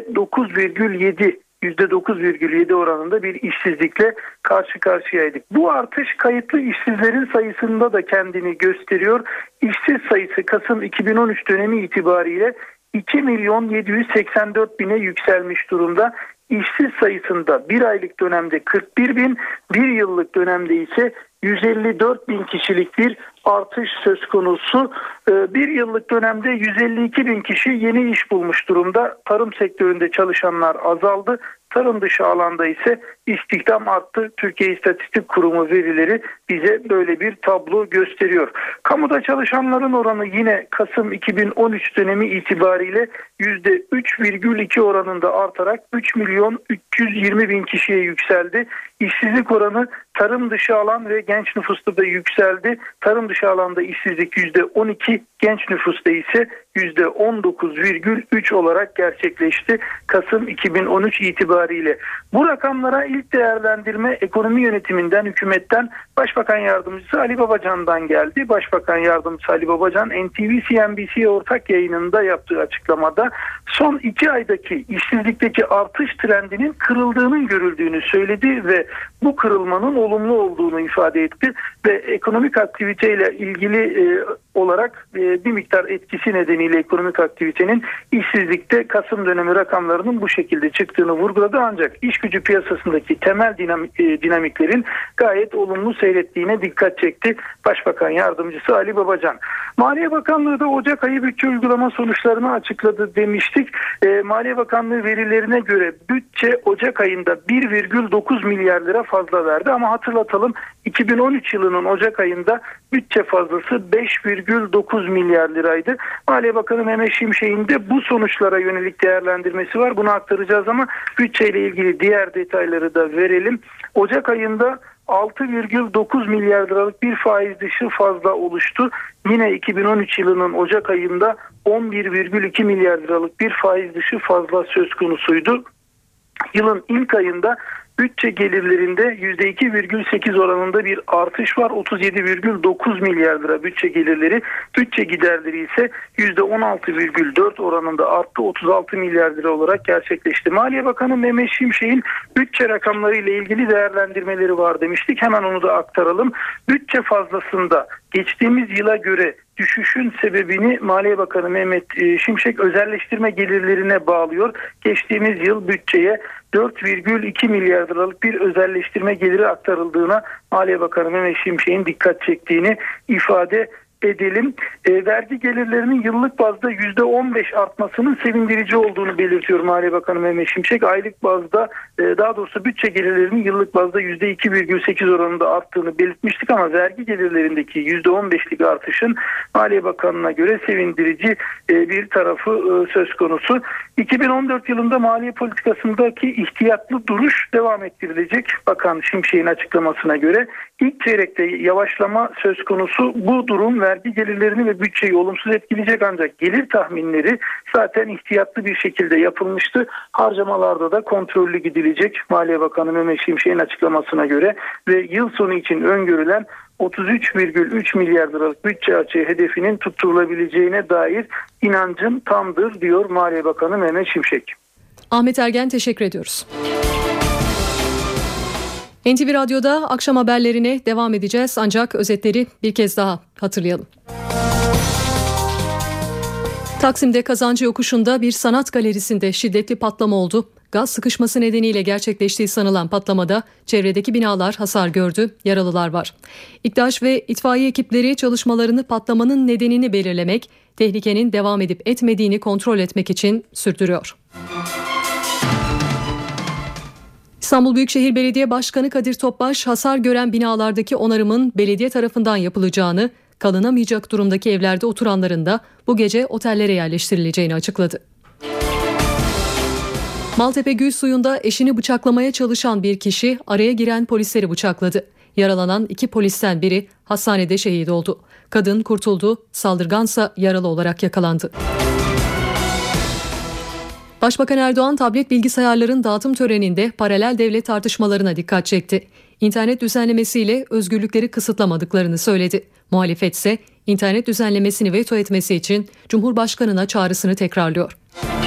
%9,7 oranında bir işsizlikle karşı karşıyaydık. Bu artış kayıtlı işsizlerin sayısında da kendini gösteriyor. İşsiz sayısı Kasım 2013 dönemi itibariyle 2.784.000'e yükselmiş durumda. İşsiz sayısında bir aylık dönemde 41.000, bir yıllık dönemde ise 154.000 kişilik bir artış söz konusu. Bir yıllık dönemde 152.000 kişi yeni iş bulmuş durumda. Tarım sektöründe çalışanlar azaldı. Tarım dışı alanda ise istihdam arttı. Türkiye İstatistik Kurumu verileri bize böyle bir tablo gösteriyor. Kamuda çalışanların oranı yine Kasım 2013 dönemi itibariyle %3,2 oranında artarak 3.320.000 kişiye yükseldi. İşsizlik oranı tarım dışı alan ve genç nüfusta da yükseldi. Tarım dışı alanda işsizlik %12, genç nüfusta ise %19,3 olarak gerçekleşti Kasım 2013 itibariyle. Bu rakamlara ilk değerlendirme ekonomi yönetiminden, hükümetten Başbakan Yardımcısı Ali Babacan'dan geldi. Başbakan Yardımcısı Ali Babacan NTV-CNBC ortak yayınında yaptığı açıklamada son 2 aydaki işsizlikteki artış trendinin kırıldığının görüldüğünü söyledi ve bu kırılmanın olumlu olduğunu ifade etti ve ekonomik aktiviteyle ilgili olarak bir miktar etkisi nedeniyle ekonomik aktivitenin işsizlikte Kasım dönemi rakamlarının bu şekilde çıktığını vurguladı, ancak iş gücü piyasasındaki temel dinamiklerin gayet olumlu seyrettiğine dikkat çekti Başbakan Yardımcısı Ali Babacan. Maliye Bakanlığı da Ocak ayı bütçe uygulama sonuçlarını açıkladı demiştik. Maliye Bakanlığı verilerine göre bütçe Ocak ayında 1,9 milyar lira fazla verdi ama hatırlatalım 2013 yılının Ocak ayında bütçe fazlası 5,9 milyar liraydı. Maliye Bakanı Mehmet Şimşek'in de bu sonuçlara yönelik değerlendirmesi var. Bunu aktaracağız ama bütçeyle ilgili diğer detayları da verelim. Ocak ayında 6,9 milyar liralık bir faiz dışı fazla oluştu. Yine 2013 yılının Ocak ayında 11,2 milyar liralık bir faiz dışı fazla söz konusuydu. Yılın ilk ayında bütçe gelirlerinde %2,8 oranında bir artış var. 37,9 milyar lira bütçe gelirleri. Bütçe giderleri ise %16,4 oranında arttı. 36 milyar lira olarak gerçekleşti. Maliye Bakanı Mehmet Şimşek'in bütçe rakamları ile ilgili değerlendirmeleri var demiştik. Hemen onu da aktaralım. Bütçe fazlasında geçtiğimiz yıla göre düşüşün sebebini Maliye Bakanı Mehmet Şimşek özelleştirme gelirlerine bağlıyor. Geçtiğimiz yıl bütçeye 4,2 milyar liralık bir özelleştirme geliri aktarıldığına Maliye Bakanı Mehmet Şimşek'in dikkat çektiğini ifade edelim. Vergi gelirlerinin yıllık bazda %15 artmasının sevindirici olduğunu belirtiyor Maliye Bakanı Mehmet Şimşek. Aylık bazda daha doğrusu bütçe gelirlerinin yıllık bazda %2,8 oranında arttığını belirtmiştik ama vergi gelirlerindeki %15'lik artışın Maliye Bakanı'na göre sevindirici bir tarafı söz konusu. 2014 yılında maliye politikasındaki ihtiyatlı duruş devam ettirilecek. Bakan Şimşek'in açıklamasına göre ilk çeyrekte yavaşlama söz konusu. Bu durum vergi gelirlerini ve bütçeyi olumsuz etkileyecek, ancak gelir tahminleri zaten ihtiyatlı bir şekilde yapılmıştı. Harcamalarda da kontrollü gidilecek Maliye Bakanı Mehmet Şimşek'in açıklamasına göre ve yıl sonu için öngörülen 33,3 milyar liralık bütçe açığı hedefinin tutturulabileceğine dair inancım tamdır diyor Maliye Bakanı Mehmet Şimşek. Ahmet Ergen, teşekkür ediyoruz. NTV Radyo'da akşam haberlerine devam edeceğiz, ancak özetleri bir kez daha hatırlayalım. Taksim'de Kazancı Yokuşu'nda bir sanat galerisinde şiddetli patlama oldu. Gaz sıkışması nedeniyle gerçekleştiği sanılan patlamada çevredeki binalar hasar gördü, yaralılar var. İKDAŞ ve itfaiye ekipleri çalışmalarını patlamanın nedenini belirlemek, tehlikenin devam edip etmediğini kontrol etmek için sürdürüyor. İstanbul Büyükşehir Belediye Başkanı Kadir Topbaş, hasar gören binalardaki onarımın belediye tarafından yapılacağını, kalınamayacak durumdaki evlerde oturanların da bu gece otellere yerleştirileceğini açıkladı. Maltepe Gülsuyu'nda eşini bıçaklamaya çalışan bir kişi araya giren polisleri bıçakladı. Yaralanan 2 polisten biri hastanede şehit oldu. Kadın kurtuldu, saldırgansa yaralı olarak yakalandı. Başbakan Erdoğan tablet bilgisayarların dağıtım töreninde paralel devlet tartışmalarına dikkat çekti. İnternet düzenlemesiyle özgürlükleri kısıtlamadıklarını söyledi. Muhalefet ise internet düzenlemesini veto etmesi için Cumhurbaşkanı'na çağrısını tekrarlıyor.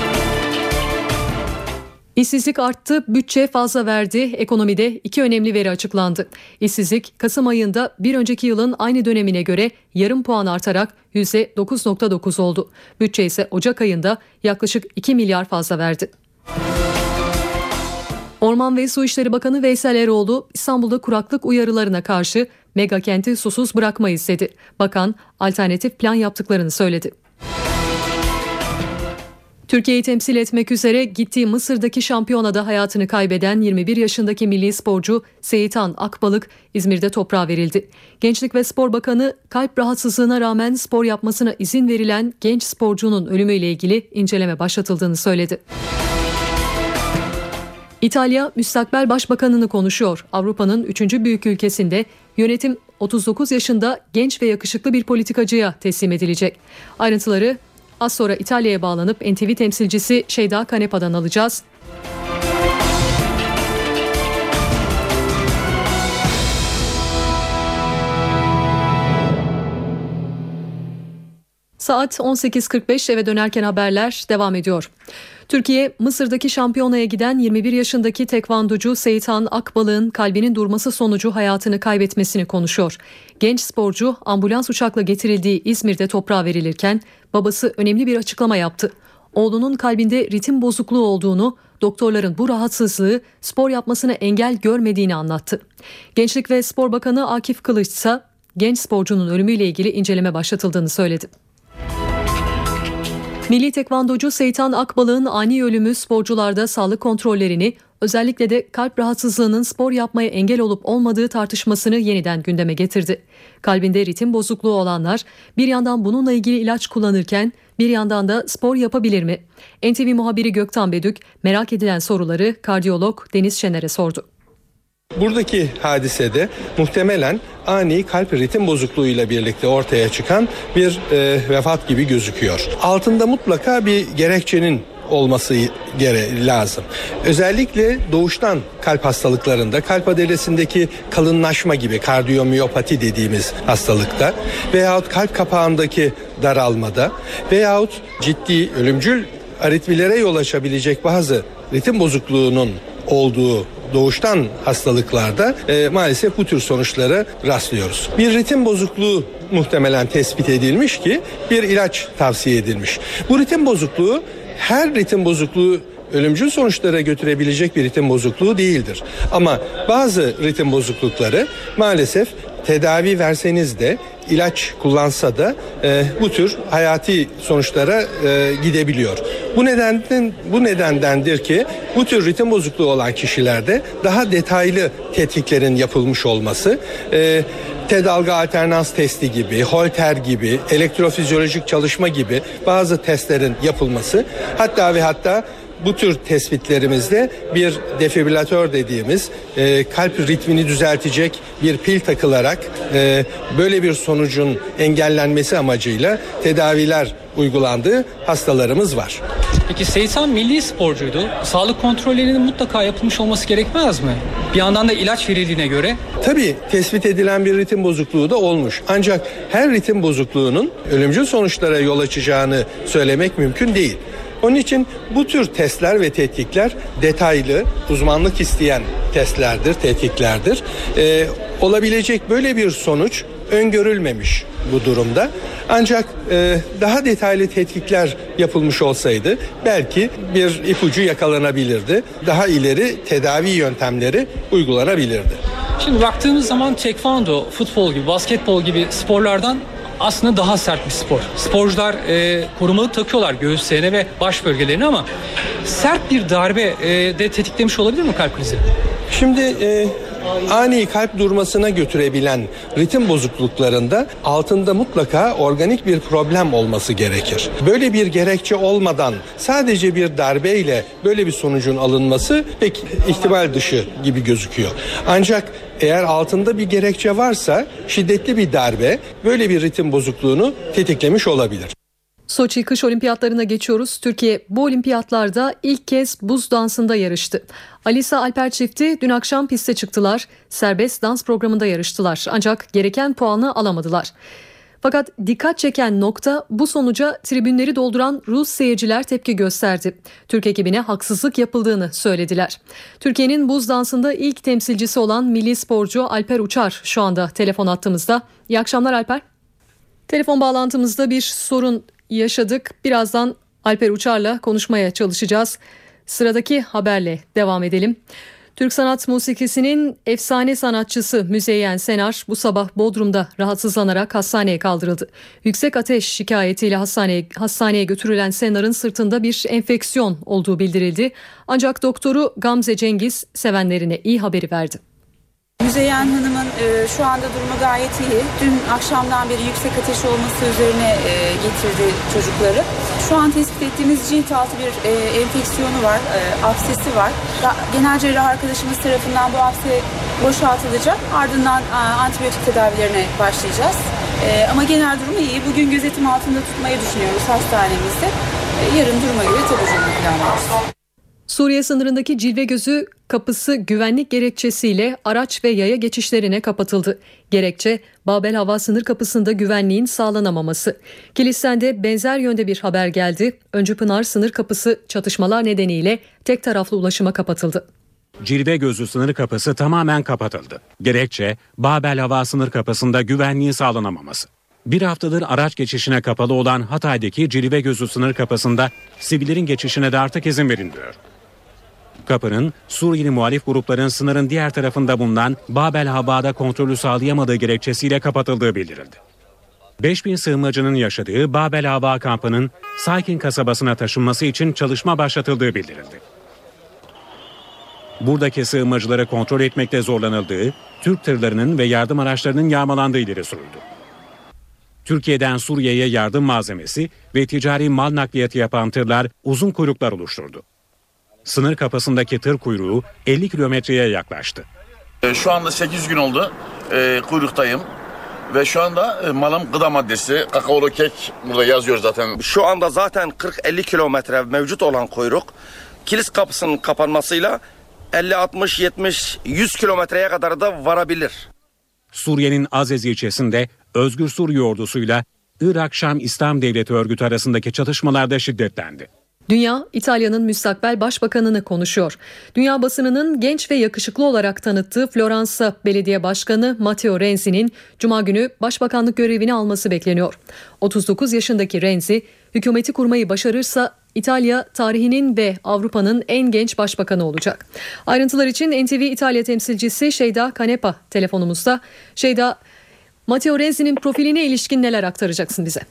İşsizlik arttı, bütçe fazla verdi. Ekonomide 2 önemli veri açıklandı. İşsizlik Kasım ayında bir önceki yılın aynı dönemine göre yarım puan artarak %9,9 oldu. Bütçe ise Ocak ayında yaklaşık 2 milyar fazla verdi. Orman ve Su İşleri Bakanı Veysel Eroğlu, İstanbul'da kuraklık uyarılarına karşı mega kenti susuz bırakmayız dedi. Bakan alternatif plan yaptıklarını söyledi. Türkiye'yi temsil etmek üzere gittiği Mısır'daki şampiyonada hayatını kaybeden 21 yaşındaki milli sporcu Seyitan Akbalık İzmir'de toprağa verildi. Gençlik ve Spor Bakanı kalp rahatsızlığına rağmen spor yapmasına izin verilen genç sporcunun ölümüyle ilgili inceleme başlatıldığını söyledi. İtalya müstakbel başbakanını konuşuyor. Avrupa'nın 3. büyük ülkesinde yönetim 39 yaşında genç ve yakışıklı bir politikacıya teslim edilecek. Ayrıntıları az sonra İtalya'ya bağlanıp NTV temsilcisi Şeyda Kanepa'dan alacağız. Saat 18.45 eve dönerken haberler devam ediyor. Türkiye, Mısır'daki şampiyonaya giden 21 yaşındaki tekvandocu Seyitan Akbalık'ın kalbinin durması sonucu hayatını kaybetmesini konuşuyor. Genç sporcu ambulans uçakla getirildiği İzmir'de toprağa verilirken babası önemli bir açıklama yaptı. Oğlunun kalbinde ritim bozukluğu olduğunu, doktorların bu rahatsızlığı spor yapmasına engel görmediğini anlattı. Gençlik ve Spor Bakanı Akif Kılıç ise genç sporcunun ölümüyle ilgili inceleme başlatıldığını söyledi. Milli tekvandocu Seyitan Akbalık'ın ani ölümü sporcularda sağlık kontrollerini, özellikle de kalp rahatsızlığının spor yapmaya engel olup olmadığı tartışmasını yeniden gündeme getirdi. Kalbinde ritim bozukluğu olanlar bir yandan bununla ilgili ilaç kullanırken bir yandan da spor yapabilir mi? NTV muhabiri Gökten Bedük merak edilen soruları kardiyolog Deniz Şener'e sordu. Buradaki hadisede muhtemelen ani kalp ritim bozukluğuyla birlikte ortaya çıkan bir vefat gibi gözüküyor. Altında mutlaka bir gerekçenin olması lazım. Özellikle doğuştan kalp hastalıklarında, kalp adelesindeki kalınlaşma gibi kardiyomiyopati dediğimiz hastalıkta veyahut kalp kapağındaki daralmada veyahut ciddi ölümcül aritmilere yol açabilecek bazı ritim bozukluğunun olduğu doğuştan hastalıklarda maalesef bu tür sonuçlara rastlıyoruz. Bir ritim bozukluğu muhtemelen tespit edilmiş ki bir ilaç tavsiye edilmiş. Bu ritim bozukluğu her ritim bozukluğu ölümcül sonuçlara götürebilecek bir ritim bozukluğu değildir. Ama bazı ritim bozuklukları maalesef tedavi verseniz de ilaç kullansa da bu tür hayati sonuçlara gidebiliyor. Bu nedendendir ki bu tür ritim bozukluğu olan kişilerde daha detaylı tetkiklerin yapılmış olması, T-dalga alternans testi gibi, Holter gibi, elektrofizyolojik çalışma gibi bazı testlerin yapılması, hatta bu tür tespitlerimizde bir defibrilatör dediğimiz kalp ritmini düzeltecek bir pil takılarak böyle bir sonucun engellenmesi amacıyla tedaviler uygulandığı hastalarımız var. Peki Seyitan milli sporcuydu. Sağlık kontrollerinin mutlaka yapılmış olması gerekmez mi? Bir yandan da ilaç verildiğine göre. Tabii tespit edilen bir ritim bozukluğu da olmuş. Ancak her ritim bozukluğunun ölümcül sonuçlara yol açacağını söylemek mümkün değil. Onun için bu tür testler ve tetkikler detaylı, uzmanlık isteyen testlerdir, tetkiklerdir. Olabilecek böyle bir sonuç öngörülmemiş bu durumda. Ancak daha detaylı tetkikler yapılmış olsaydı belki bir ipucu yakalanabilirdi. Daha ileri tedavi yöntemleri uygulanabilirdi. Şimdi baktığımız zaman tekvando, futbol gibi, basketbol gibi sporlardan aslında daha sert bir spor. Sporcular korumalık takıyorlar göğüslerine ve baş bölgelerine ama sert bir darbe de tetiklemiş olabilir mi kalp krizi? Şimdi ani kalp durmasına götürebilen ritim bozukluklarında altında mutlaka organik bir problem olması gerekir. Böyle bir gerekçe olmadan sadece bir darbeyle böyle bir sonucun alınması pek ihtimal dışı gibi gözüküyor. Ancak eğer altında bir gerekçe varsa şiddetli bir darbe böyle bir ritim bozukluğunu tetiklemiş olabilir. Soçi kış olimpiyatlarına geçiyoruz. Türkiye bu olimpiyatlarda ilk kez buz dansında yarıştı. Alisa Alper çifti dün akşam piste çıktılar. Serbest dans programında yarıştılar. Ancak gereken puanı alamadılar. Fakat dikkat çeken nokta bu sonuca tribünleri dolduran Rus seyirciler tepki gösterdi. Türk ekibine haksızlık yapıldığını söylediler. Türkiye'nin buz dansında ilk temsilcisi olan milli sporcu Alper Uçar şu anda telefon hattımızda. İyi akşamlar Alper. Telefon bağlantımızda bir sorun yaşadık. Birazdan Alper Uçar'la konuşmaya çalışacağız. Sıradaki haberle devam edelim. Türk sanat musikisinin efsane sanatçısı Müzeyyen Senar bu sabah Bodrum'da rahatsızlanarak hastaneye kaldırıldı. Yüksek ateş şikayetiyle hastaneye götürülen Senar'ın sırtında bir enfeksiyon olduğu bildirildi. Ancak doktoru Gamze Cengiz sevenlerine iyi haberi verdi. Müzeyyen Hanım'ın şu anda durumu gayet iyi. Dün akşamdan beri yüksek ateş olması üzerine getirdi çocukları. Şu an tespit ettiğimiz cilt altı bir enfeksiyonu var, absesi var. Genel cerrah arkadaşımız tarafından bu abse boşaltılacak. Ardından antibiyotik tedavilerine başlayacağız. Ama genel durumu iyi. Bugün gözetim altında tutmayı düşünüyoruz hastanemizde. Yarın duruma göre taburculuğunu planlıyoruz. Suriye sınırındaki Cilve Gözü kapısı güvenlik gerekçesiyle araç ve yaya geçişlerine kapatıldı. Gerekçe Babel Hava sınır kapısında güvenliğin sağlanamaması. Kilis'ten de benzer yönde bir haber geldi. Öncüpınar sınır kapısı çatışmalar nedeniyle tek taraflı ulaşıma kapatıldı. Cilve Gözü sınır kapısı tamamen kapatıldı. Gerekçe Babel Hava sınır kapısında güvenliğin sağlanamaması. Bir haftadır araç geçişine kapalı olan Hatay'daki Cilve Gözü sınır kapısında sivillerin geçişine de artık izin verilmiyor. Kapının Suriyeli muhalif grupların sınırın diğer tarafında bulunan Babel Hava'da kontrolü sağlayamadığı gerekçesiyle kapatıldığı bildirildi. 5000 sığınmacının yaşadığı Babel Hava kampının Saykin kasabasına taşınması için çalışma başlatıldığı bildirildi. Buradaki sığınmacıları kontrol etmekte zorlanıldığı, Türk tırlarının ve yardım araçlarının yağmalandığı ileri sürüldü. Türkiye'den Suriye'ye yardım malzemesi ve ticari mal nakliyatı yapan tırlar uzun kuyruklar oluşturdu. Sınır kapısındaki tır kuyruğu 50 kilometreye yaklaştı. Şu anda 8 gün oldu kuyruktayım ve şu anda malım gıda maddesi, kakaolu kek burada yazıyor zaten. Şu anda zaten 40-50 kilometre mevcut olan kuyruk kilis kapısının kapanmasıyla 50, 60, 70, 100 kilometreye kadar da varabilir. Suriye'nin Azez ilçesinde Özgür Suriye ordusuyla Irak Şam İslam Devleti örgütü arasındaki çatışmalarda şiddetlendi. Dünya, İtalya'nın müstakbel başbakanını konuşuyor. Dünya basınının genç ve yakışıklı olarak tanıttığı Floransa Belediye Başkanı Matteo Renzi'nin Cuma günü başbakanlık görevini alması bekleniyor. 39 yaşındaki Renzi, hükümeti kurmayı başarırsa İtalya tarihinin ve Avrupa'nın en genç başbakanı olacak. Ayrıntılar için NTV İtalya temsilcisi Şeyda Kanepa telefonumuzda. Şeyda, Matteo Renzi'nin profiline ilişkin neler aktaracaksın bize?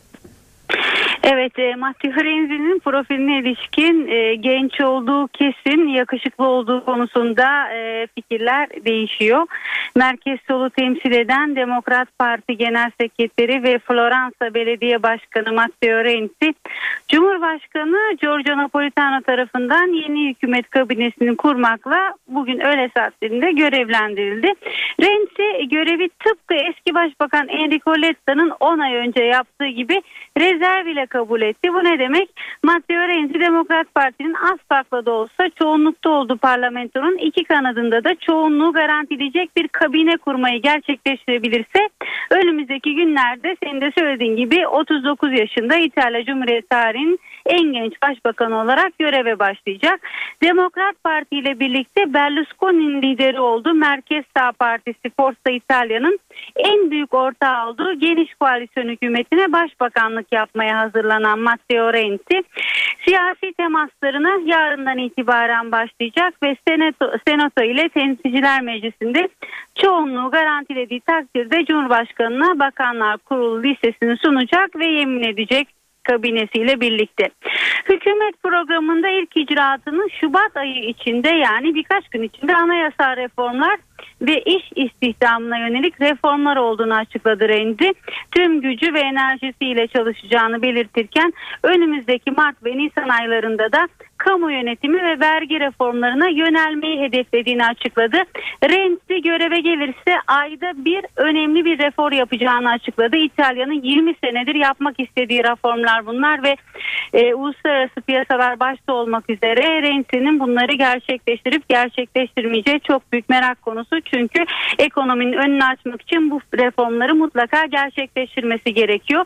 Evet, Matteo Renzi'nin profiline ilişkin genç olduğu kesin, yakışıklı olduğu konusunda fikirler değişiyor. Merkez solu temsil eden Demokrat Parti Genel Sekreteri ve Floransa Belediye Başkanı Matteo Renzi, Cumhurbaşkanı Giorgio Napolitano tarafından yeni hükümet kabinesini kurmakla bugün öğle saatlerinde görevlendirildi. Renzi görevi tıpkı eski Başbakan Enrico Letta'nın 10 ay önce yaptığı gibi rezerv ile kabul etti. Bu ne demek? Matteo Renzi Demokrat Parti'nin az farklı da olsa çoğunlukta olduğu parlamentonun iki kanadında da çoğunluğu garantileyecek bir kabine kurmayı gerçekleştirebilirse önümüzdeki günlerde senin de söylediğin gibi 39 yaşında İtalya Cumhuriyeti tarihinin en genç başbakanı olarak göreve başlayacak. Demokrat Parti ile birlikte Berlusconi'nin lideri olduğu Merkez Sağ Partisi Forza Italia'nın en büyük ortağı olduğu geniş koalisyon hükümetine başbakanlık yapmaya hazırlanan Matteo Renzi siyasi temaslarına yarından itibaren başlayacak ve Senato ile Temsilciler Meclisi'nde çoğunluğu garantilediği takdirde Cumhurbaşkanı'na Bakanlar Kurulu listesini sunacak ve yemin edecek kabinesiyle birlikte. Hükümet programında ilk icraatını Şubat ayı içinde, yani birkaç gün içinde anayasal reformlar ve iş istihdamına yönelik reformlar olduğunu açıkladı Renzi. Tüm gücü ve enerjisiyle çalışacağını belirtirken önümüzdeki Mart ve Nisan aylarında da kamu yönetimi ve vergi reformlarına yönelmeyi hedeflediğini açıkladı. Renzi göreve gelirse ayda bir önemli bir reform yapacağını açıkladı. İtalya'nın 20 senedir yapmak istediği reformlar bunlar ve uluslararası piyasalar başta olmak üzere Renzi'nin bunları gerçekleştirip gerçekleştirmeyeceği çok büyük merak konusu. Çünkü ekonominin önünü açmak için bu reformları mutlaka gerçekleştirmesi gerekiyor.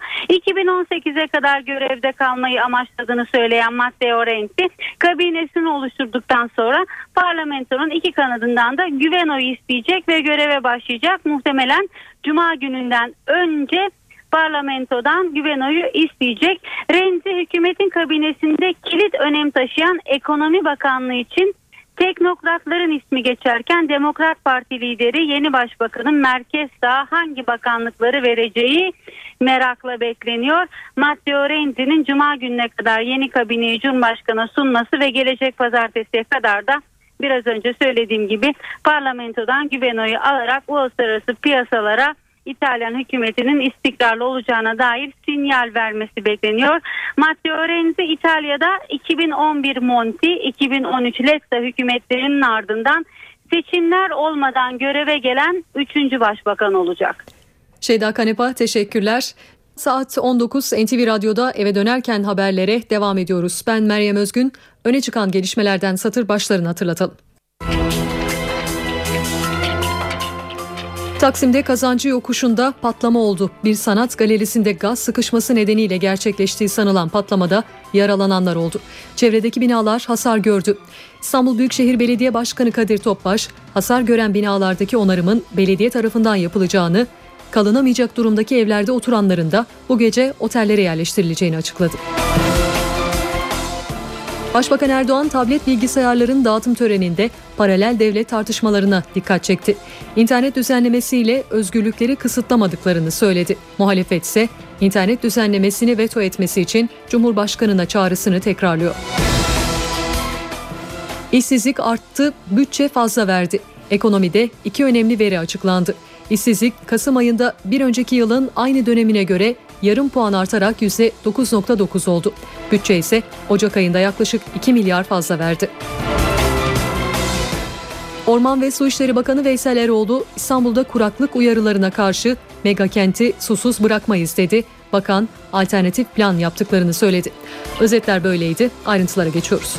2018'e kadar görevde kalmayı amaçladığını söyleyen Matteo Renzi, kabinesini oluşturduktan sonra parlamentonun iki kanadından da güven oyu isteyecek ve göreve başlayacak. Muhtemelen Cuma gününden önce parlamentodan güven oyu isteyecek. Renzi hükümetin kabinesinde kilit önem taşıyan Ekonomi Bakanlığı için teknokratların ismi geçerken Demokrat Parti lideri yeni başbakanın merkez sağ hangi bakanlıkları vereceği merakla bekleniyor. Matteo Renzi'nin Cuma gününe kadar yeni kabineyi Cumhurbaşkanı'na sunması ve gelecek pazartesiye kadar da biraz önce söylediğim gibi parlamentodan güven oyu alarak uluslararası piyasalara İtalyan hükümetinin istikrarlı olacağına dair sinyal vermesi bekleniyor. Matteo Renzi İtalya'da 2011 Monti, 2013 Letta hükümetlerinin ardından seçimler olmadan göreve gelen 3. başbakan olacak. Şeyda Kanepa, teşekkürler. Saat 19 NTV Radyo'da eve dönerken haberlere devam ediyoruz. Ben Meryem Özgün. Öne çıkan gelişmelerden satır başlarını hatırlatalım. Taksim'de Kazancı Yokuşu'nda patlama oldu. Bir sanat galerisinde gaz sıkışması nedeniyle gerçekleştiği sanılan patlamada yaralananlar oldu. Çevredeki binalar hasar gördü. İstanbul Büyükşehir Belediye Başkanı Kadir Topbaş, hasar gören binalardaki onarımın belediye tarafından yapılacağını, kalınamayacak durumdaki evlerde oturanların da bu gece otellere yerleştirileceğini açıkladı. Başbakan Erdoğan tablet bilgisayarların dağıtım töreninde paralel devlet tartışmalarına dikkat çekti. İnternet düzenlemesiyle özgürlükleri kısıtlamadıklarını söyledi. Muhalefet ise internet düzenlemesini veto etmesi için Cumhurbaşkanı'na çağrısını tekrarlıyor. İşsizlik arttı, bütçe fazla verdi. Ekonomide 2 önemli veri açıklandı. İşsizlik Kasım ayında bir önceki yılın aynı dönemine göre yarım puan artarak %9.9 oldu. Bütçe ise Ocak ayında yaklaşık 2 milyar fazla verdi. Orman ve Su İşleri Bakanı Veysel Eroğlu, İstanbul'da kuraklık uyarılarına karşı megakenti susuz bırakmayız dedi. Bakan alternatif plan yaptıklarını söyledi. Özetler böyleydi. Ayrıntılara geçiyoruz.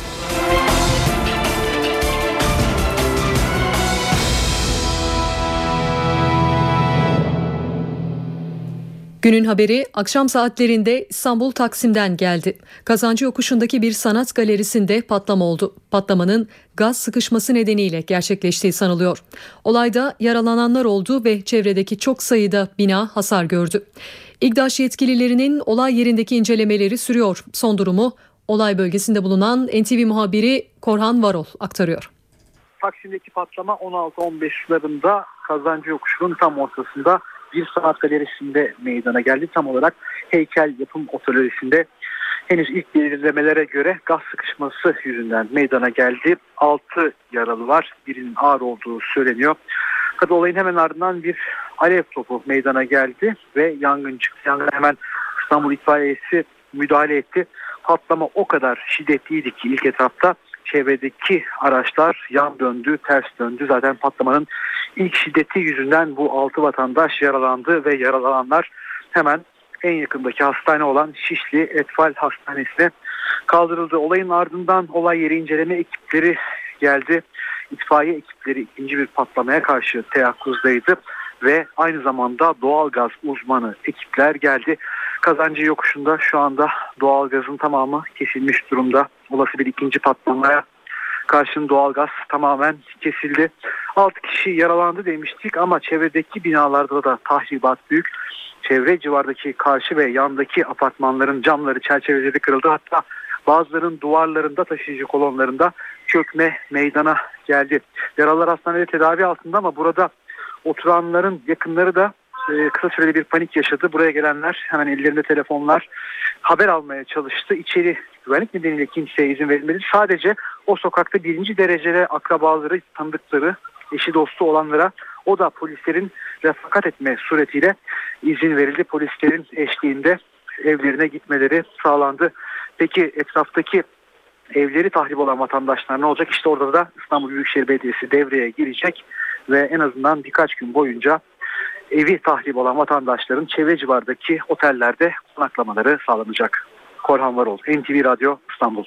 Günün haberi akşam saatlerinde İstanbul Taksim'den geldi. Kazancı Yokuşu'ndaki bir sanat galerisinde patlama oldu. Patlamanın gaz sıkışması nedeniyle gerçekleştiği sanılıyor. Olayda yaralananlar oldu ve çevredeki çok sayıda bina hasar gördü. İGDAŞ yetkililerinin olay yerindeki incelemeleri sürüyor. Son durumu olay bölgesinde bulunan NTV muhabiri Korhan Varol aktarıyor. Taksim'deki patlama 16-15 sularında Kazancı Yokuşu'nun tam ortasında bir sanat galerisinde meydana geldi. Tam olarak heykel yapım atölyesinde henüz ilk belirlemelere göre gaz sıkışması yüzünden meydana geldi. 6 yaralı var. Birinin ağır olduğu söyleniyor. Tabii olayın hemen ardından bir alev topu meydana geldi ve yangın çıktı. Yangın hemen İstanbul İtfaiyesi müdahale etti. Patlama o kadar şiddetliydi ki ilk etapta çevredeki araçlar yan döndü, ters döndü. Zaten patlamanın ilk şiddeti yüzünden bu 6 vatandaş yaralandı ve yaralananlar hemen en yakındaki hastane olan Şişli Etfal Hastanesi'ne kaldırıldı. Olayın ardından olay yeri inceleme ekipleri geldi. İtfaiye ekipleri ikinci bir patlamaya karşı teyakkuzdaydı ve aynı zamanda doğalgaz uzmanı ekipler geldi. Kazancı Yokuşu'nda şu anda doğalgazın tamamı kesilmiş durumda. Olası bir ikinci patlamaya karşın doğalgaz tamamen kesildi. 6 kişi yaralandı demiştik ama çevredeki binalarda da tahribat büyük. Çevre civardaki karşı ve yandaki apartmanların camları, çerçeveleri kırıldı. Hatta bazılarının duvarlarında, taşıyıcı kolonlarında çökme meydana geldi. Yaralılar hastanede tedavi altında ama burada oturanların yakınları da kısa süreli bir panik yaşadı. Buraya gelenler hemen ellerinde telefonlar haber almaya çalıştı. İçeri güvenlik nedeniyle kimseye izin verilmedi. Sadece o sokakta birinci derecede akrabaları, tanıdıkları, eşi dostu olanlara, o da polislerin refakat etme suretiyle izin verildi. Polislerin eşliğinde evlerine gitmeleri sağlandı. Peki etraftaki evleri tahrip olan vatandaşlar ne olacak? İşte orada da İstanbul Büyükşehir Belediyesi devreye girecek ve en azından birkaç gün boyunca evi tahrip olan vatandaşların çevre civardaki otellerde konaklamaları sağlanacak. Korhan Varol, NTV Radyo, İstanbul.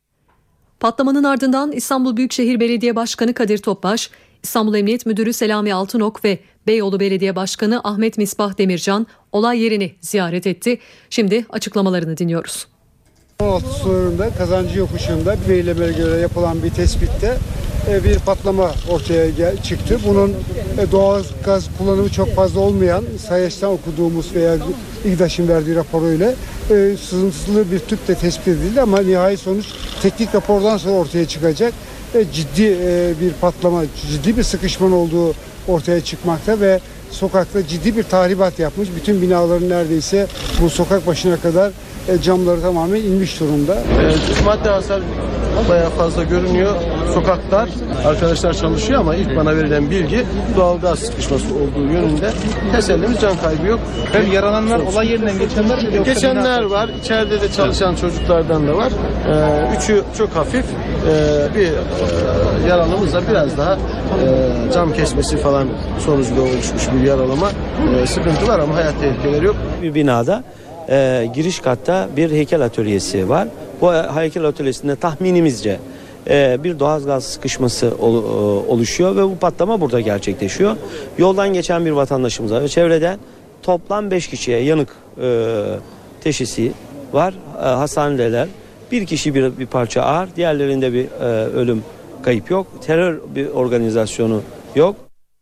Patlamanın ardından İstanbul Büyükşehir Belediye Başkanı Kadir Topbaş, İstanbul Emniyet Müdürü Selami Altınok ve Beyoğlu Belediye Başkanı Ahmet Misbah Demircan olay yerini ziyaret etti. Şimdi açıklamalarını dinliyoruz. 16 sularında Kazancı Yokuşu'nda belirlemelere göre yapılan bir tespitte bir patlama ortaya çıktı. Bunun doğal gaz kullanımı çok fazla olmayan, SAES'ten okuduğumuz veya İGDAŞ'ın verdiği raporuyla sızıntılı bir tüp de tespit edildi ama nihai sonuç teknik rapordan sonra ortaya çıkacak. Ciddi bir patlama, ciddi bir sıkışmanın olduğu ortaya çıkmakta ve sokakta ciddi bir tahribat yapmış. Bütün binaların neredeyse bu sokak başına kadar camları tamamen inmiş durumda. Madde hasar bayağı fazla görünüyor. Sokaklar, arkadaşlar çalışıyor ama ilk bana verilen bilgi doğalgaz sıkışması olduğu yönünde. Tesellimiz, can kaybı yok. Yaralananlar olay yerinden geçenler mi? Geçenler var. İçeride de çalışan çocuklardan da var. Üçü çok hafif. Bir yaralımız da biraz daha cam kesmesi falan sonucunda oluşmuş bir yaralama. Sıkıntı var ama hayat tehlikeleri yok. Bir binada giriş katta bir heykel atölyesi var. Bu heykel atölyesinde tahminimizce bir doğalgaz sıkışması oluşuyor ve bu patlama burada gerçekleşiyor. Yoldan geçen bir vatandaşımız var ve çevreden toplam 5 kişiye yanık teşhisi var. Hastanedeler. Bir kişi bir parça ağır, diğerlerinde bir ölüm, kayıp yok. Terör bir organizasyonu yok.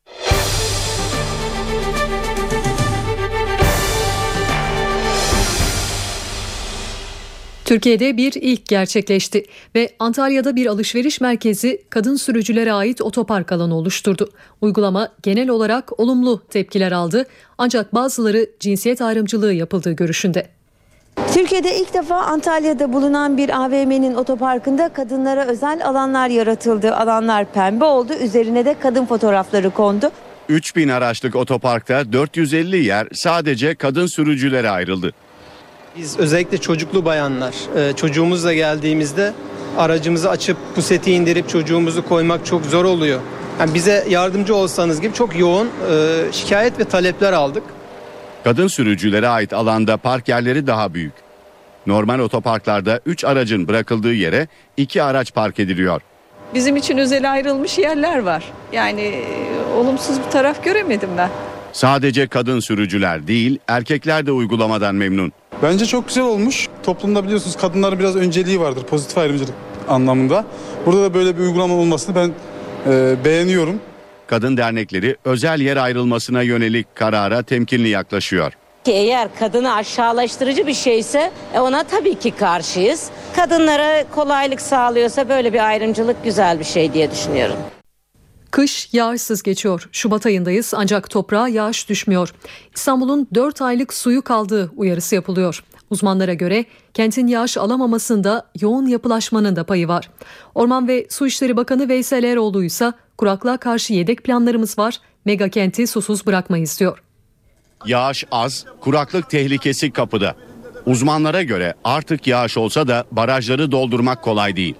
Türkiye'de bir ilk gerçekleşti ve Antalya'da bir alışveriş merkezi kadın sürücülere ait otopark alanı oluşturdu. Uygulama genel olarak olumlu tepkiler aldı ancak bazıları cinsiyet ayrımcılığı yapıldığı görüşünde. Türkiye'de ilk defa Antalya'da bulunan bir AVM'nin otoparkında kadınlara özel alanlar yaratıldı. Alanlar pembe oldu, üzerine de kadın fotoğrafları kondu. 3000 araçlık otoparkta 450 yer sadece kadın sürücülere ayrıldı. Biz özellikle çocuklu bayanlar çocuğumuzla geldiğimizde aracımızı açıp puseti indirip çocuğumuzu koymak çok zor oluyor. Yani bize yardımcı olsanız gibi çok yoğun şikayet ve talepler aldık. Kadın sürücülere ait alanda park yerleri daha büyük. Normal otoparklarda 3 aracın bırakıldığı yere 2 araç park ediliyor. Bizim için özel ayrılmış yerler var. Yani olumsuz bir taraf göremedim ben. Sadece kadın sürücüler değil, erkekler de uygulamadan memnun. Bence çok güzel olmuş. Toplumda biliyorsunuz kadınların biraz önceliği vardır pozitif ayrımcılık anlamında. Burada da böyle bir uygulama olmasını ben beğeniyorum. Kadın dernekleri özel yer ayrılmasına yönelik karara temkinli yaklaşıyor. Eğer kadını aşağılaştırıcı bir şeyse ona tabii ki karşıyız. Kadınlara kolaylık sağlıyorsa böyle bir ayrımcılık güzel bir şey diye düşünüyorum. Kış yağışsız geçiyor. Şubat ayındayız ancak toprağa yağış düşmüyor. İstanbul'un 4 aylık suyu kaldığı uyarısı yapılıyor. Uzmanlara göre kentin yağış alamamasında yoğun yapılaşmanın da payı var. Orman ve Su İşleri Bakanı Veysel Eroğlu ise kuraklığa karşı yedek planlarımız var. Mega kenti susuz bırakmayız diyor. Yağış az, kuraklık tehlikesi kapıda. Uzmanlara göre artık yağış olsa da barajları doldurmak kolay değil.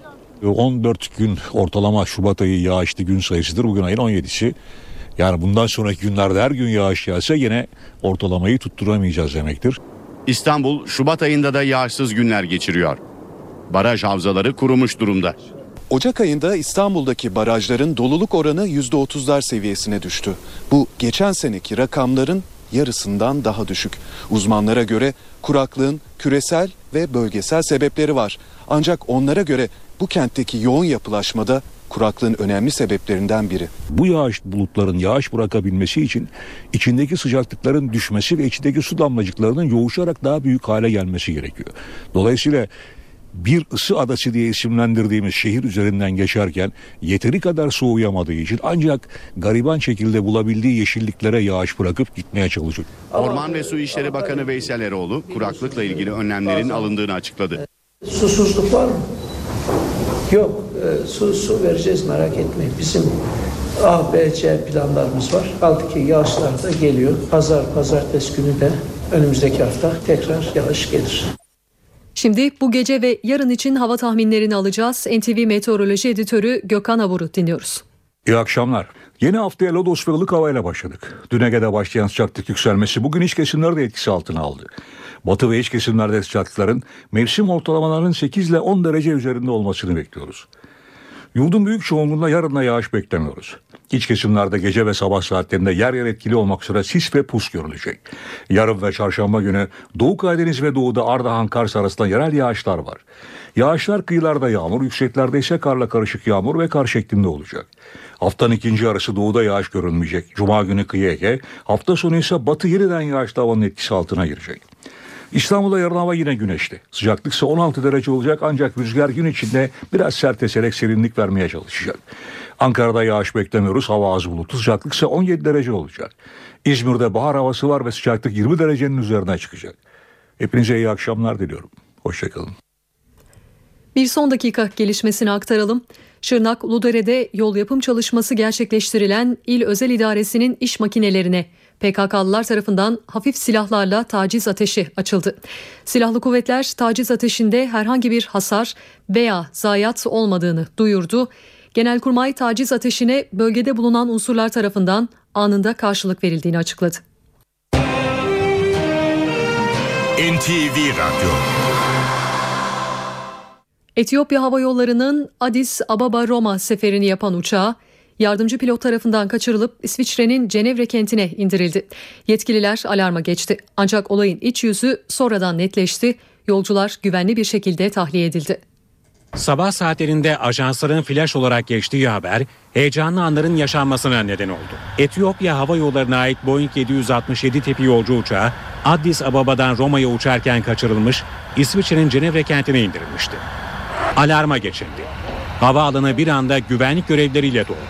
14 gün ortalama Şubat ayı yağışlı gün sayısıdır. Bugün ayın 17'si. Yani bundan sonraki günlerde her gün yağış yağsa yine ortalamayı tutturamayacağız demektir. İstanbul Şubat ayında da yağışsız günler geçiriyor. Baraj havzaları kurumuş durumda. Ocak ayında İstanbul'daki barajların doluluk oranı %30'lar seviyesine düştü. Bu geçen seneki rakamların yarısından daha düşük. Uzmanlara göre kuraklığın küresel ve bölgesel sebepleri var. Ancak onlara göre bu kentteki yoğun yapılaşmada kuraklığın önemli sebeplerinden biri. Bu yağış bulutların yağış bırakabilmesi için içindeki sıcaklıkların düşmesi ve içindeki su damlacıklarının yoğuşarak daha büyük hale gelmesi gerekiyor. Dolayısıyla bir ısı adası diye isimlendirdiğimiz şehir üzerinden geçerken yeteri kadar soğuyamadığı için ancak gariban şekilde bulabildiği yeşilliklere yağış bırakıp gitmeye çalışıyor. Orman ve Su İşleri Bakanı Veysel Eroğlu kuraklıkla ilgili önlemlerin alındığını açıkladı. Susuzluk var mı? Yok. Su vereceğiz, merak etmeyin. Bizim A, B, C planlarımız var. Kaldı ki yağışlar da geliyor. Pazartesi günü de önümüzdeki hafta tekrar yağış gelir. Şimdi bu gece ve yarın için hava tahminlerini alacağız. NTV Meteoroloji Editörü Gökhan Avur'u dinliyoruz. İyi akşamlar. Yeni haftaya lodos ve ılık havayla başladık. Dün Ege'de başlayan sıcaklık yükselmesi bugün iç kesimleri de etkisi altına aldı. Batı ve iç kesimlerde sıcaklıkların mevsim ortalamalarının 8 ile 10 derece üzerinde olmasını bekliyoruz. Yurdun büyük çoğunluğunda yarına yağış beklemiyoruz. İç kesimlerde gece ve sabah saatlerinde yer yer etkili olmak üzere sis ve pus görülecek. Yarın ve çarşamba günü Doğu Karadeniz ve Doğu'da Ardahan, Kars arasında yerel yağışlar var. Yağışlar kıyılarda yağmur, yükseklerde ise karla karışık yağmur ve kar şeklinde olacak. Haftanın ikinci yarısı doğuda yağış görülmeyecek. Cuma günü kıyı Ege, hafta sonu ise batı yeniden yağışlı havanın etkisi altına girecek. İstanbul'da yarın hava yine güneşli. Sıcaklık ise 16 derece olacak ancak rüzgar gün içinde biraz sert eserek serinlik vermeye çalışacak. Ankara'da yağış beklemiyoruz. Hava az bulutlu. Sıcaklık ise 17 derece olacak. İzmir'de bahar havası var ve sıcaklık 20 derecenin üzerine çıkacak. Hepinize iyi akşamlar diliyorum. Hoşçakalın. Bir son dakika gelişmesini aktaralım. Şırnak Uludere'de yol yapım çalışması gerçekleştirilen İl Özel İdaresi'nin iş makinelerine PKK'lılar tarafından hafif silahlarla taciz ateşi açıldı. Silahlı kuvvetler taciz ateşinde herhangi bir hasar veya zayiat olmadığını duyurdu. Genelkurmay taciz ateşine bölgede bulunan unsurlar tarafından anında karşılık verildiğini açıkladı. NTV Radyo. Etiyopya Hava Yolları'nın Addis Ababa Roma seferini yapan uçağı yardımcı pilot tarafından kaçırılıp İsviçre'nin Cenevre kentine indirildi. Yetkililer alarma geçti. Ancak olayın iç yüzü sonradan netleşti. Yolcular güvenli bir şekilde tahliye edildi. Sabah saatlerinde ajansların flash olarak geçtiği haber heyecanlı anların yaşanmasına neden oldu. Etiyopya Hava Yolları'na ait Boeing 767 tipi yolcu uçağı Addis Ababa'dan Roma'ya uçarken kaçırılmış, İsviçre'nin Cenevre kentine indirilmişti. Alarma geçildi. Havaalanı bir anda güvenlik görevlileriyle doldu.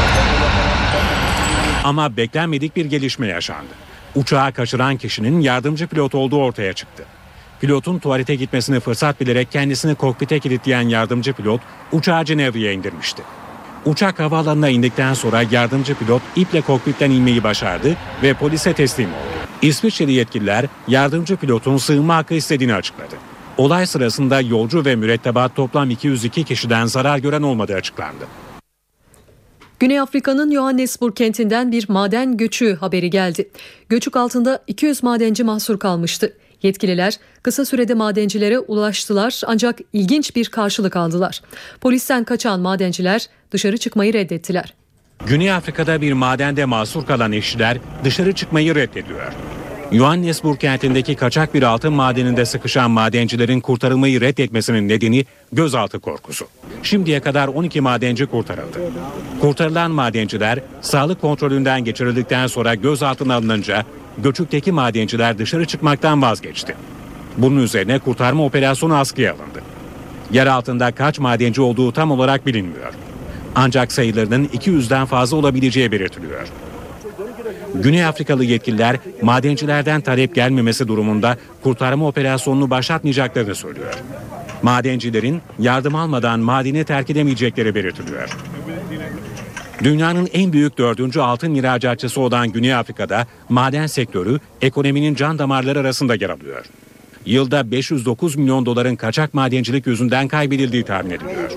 Ama beklenmedik bir gelişme yaşandı. Uçağı kaçıran kişinin yardımcı pilot olduğu ortaya çıktı. Pilotun tuvalete gitmesini fırsat bilerek kendisini kokpite kilitleyen yardımcı pilot uçağı Cenevre'ye indirmişti. Uçak havaalanına indikten sonra yardımcı pilot iple kokpitten inmeyi başardı ve polise teslim oldu. İsviçreli yetkililer yardımcı pilotun sığınma hakkı istediğini açıkladı. Olay sırasında yolcu ve mürettebat toplam 202 kişiden zarar gören olmadığı açıklandı. Güney Afrika'nın Johannesburg kentinden bir maden göçü haberi geldi. Göçük altında 200 madenci mahsur kalmıştı. Yetkililer kısa sürede madencilere ulaştılar ancak ilginç bir karşılık aldılar. Polisten kaçan madenciler dışarı çıkmayı reddettiler. Güney Afrika'da bir madende mahsur kalan işçiler dışarı çıkmayı reddediyor. Johannesburg kentindeki kaçak bir altın madeninde sıkışan madencilerin kurtarılmayı reddetmesinin nedeni gözaltı korkusu. Şimdiye kadar 12 madenci kurtarıldı. Kurtarılan madenciler sağlık kontrolünden geçirildikten sonra gözaltına alınınca göçükteki madenciler dışarı çıkmaktan vazgeçti. Bunun üzerine kurtarma operasyonu askıya alındı. Yer altında kaç madenci olduğu tam olarak bilinmiyor. Ancak sayılarının 200'den fazla olabileceği belirtiliyor. Güney Afrikalı yetkililer madencilerden talep gelmemesi durumunda kurtarma operasyonunu başlatmayacaklarını söylüyor. Madencilerin yardım almadan madeni terk edemeyecekleri belirtiliyor. Dünyanın en büyük 4. altın ihracatçısı olan Güney Afrika'da maden sektörü ekonominin can damarları arasında yer alıyor. Yılda 509 milyon doların kaçak madencilik yüzünden kaybedildiği tahmin ediliyor.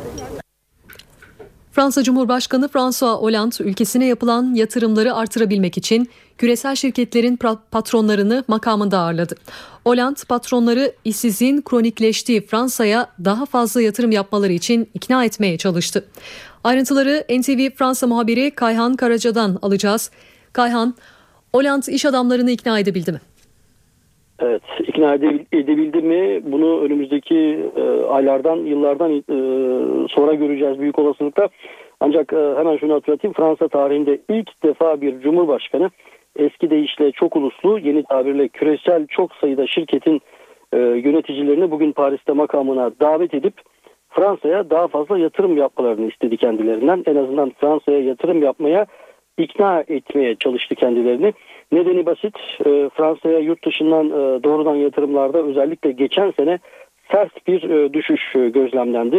Fransa Cumhurbaşkanı François Hollande ülkesine yapılan yatırımları artırabilmek için küresel şirketlerin patronlarını makamında ağırladı. Hollande patronları işsizliğin kronikleştiği Fransa'ya daha fazla yatırım yapmaları için ikna etmeye çalıştı. Ayrıntıları NTV Fransa muhabiri Kayhan Karaca'dan alacağız. Kayhan, Hollande iş adamlarını ikna edebildi mi? Evet, ikna edebildi mi? Bunu önümüzdeki aylardan, yıllardan sonra göreceğiz büyük olasılıkla. Ancak hemen şunu hatırlatayım. Fransa tarihinde ilk defa bir cumhurbaşkanı eski deyişle çok uluslu, yeni tabirle küresel çok sayıda şirketin yöneticilerini bugün Paris'te makamına davet edip Fransa'ya daha fazla yatırım yapmalarını istedi kendilerinden. En azından Fransa'ya yatırım yapmaya ikna etmeye çalıştı kendilerini. Nedeni basit. Fransa'ya yurt dışından doğrudan yatırımlarda özellikle geçen sene sert bir düşüş gözlemlendi.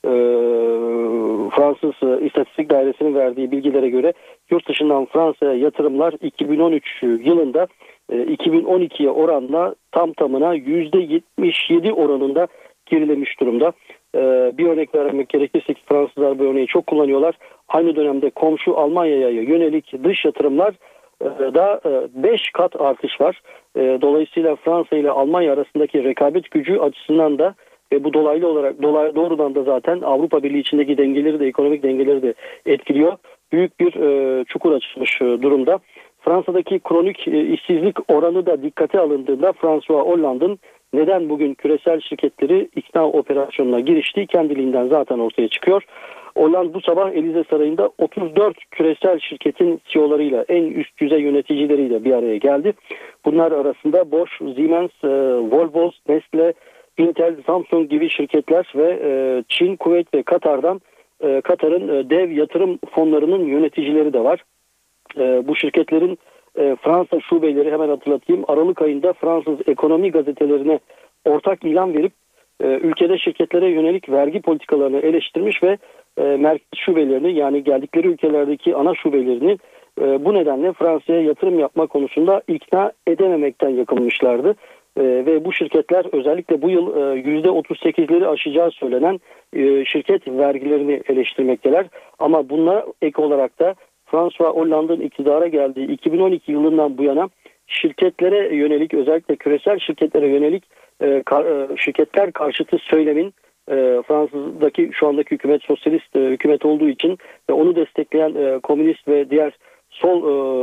Fransız İstatistik Dairesi'nin verdiği bilgilere göre yurt dışından Fransa'ya yatırımlar 2013 yılında 2012'ye oranla tam tamına %77 oranında gerilemiş durumda. Bir örnek vermek gerekirse Fransızlar bu örneği çok kullanıyorlar. Aynı dönemde komşu Almanya'ya yönelik dış yatırımlar da 5 kat artış var. Dolayısıyla Fransa ile Almanya arasındaki rekabet gücü açısından da bu dolaylı olarak doğrudan da zaten Avrupa Birliği içindeki dengeleri de ekonomik dengeleri de etkiliyor. Büyük bir çukur açılmış durumda. Fransa'daki kronik işsizlik oranı da dikkate alındığında François Hollande'ın neden bugün küresel şirketleri ikna operasyonuna giriştiği kendiliğinden zaten ortaya çıkıyor. Hollande bu sabah Elize Sarayı'nda 34 küresel şirketin CEO'larıyla, en üst düzey yöneticileriyle bir araya geldi. Bunlar arasında Bosch, Siemens, Volvo, Nestle, Intel, Samsung gibi şirketler ve Çin, Kuveyt ve Katar'ın dev yatırım fonlarının yöneticileri de var. Bu şirketlerin Fransa şubeleri, hemen hatırlatayım, Aralık ayında Fransız ekonomi gazetelerine ortak ilan verip ülkede şirketlere yönelik vergi politikalarını eleştirmiş ve merkez şubelerini, yani geldikleri ülkelerdeki ana şubelerini bu nedenle Fransa'ya yatırım yapma konusunda ikna edememekten yakınmışlardı. Ve bu şirketler özellikle bu yıl %38'leri aşacağı söylenen şirket vergilerini eleştirmekteler. Ama bununla ek olarak da François Hollande'ın iktidara geldiği 2012 yılından bu yana şirketlere yönelik, özellikle küresel şirketlere yönelik şirketler karşıtı söylemin, Fransa'daki şu andaki hükümet sosyalist hükümet olduğu için ve onu destekleyen komünist ve diğer sol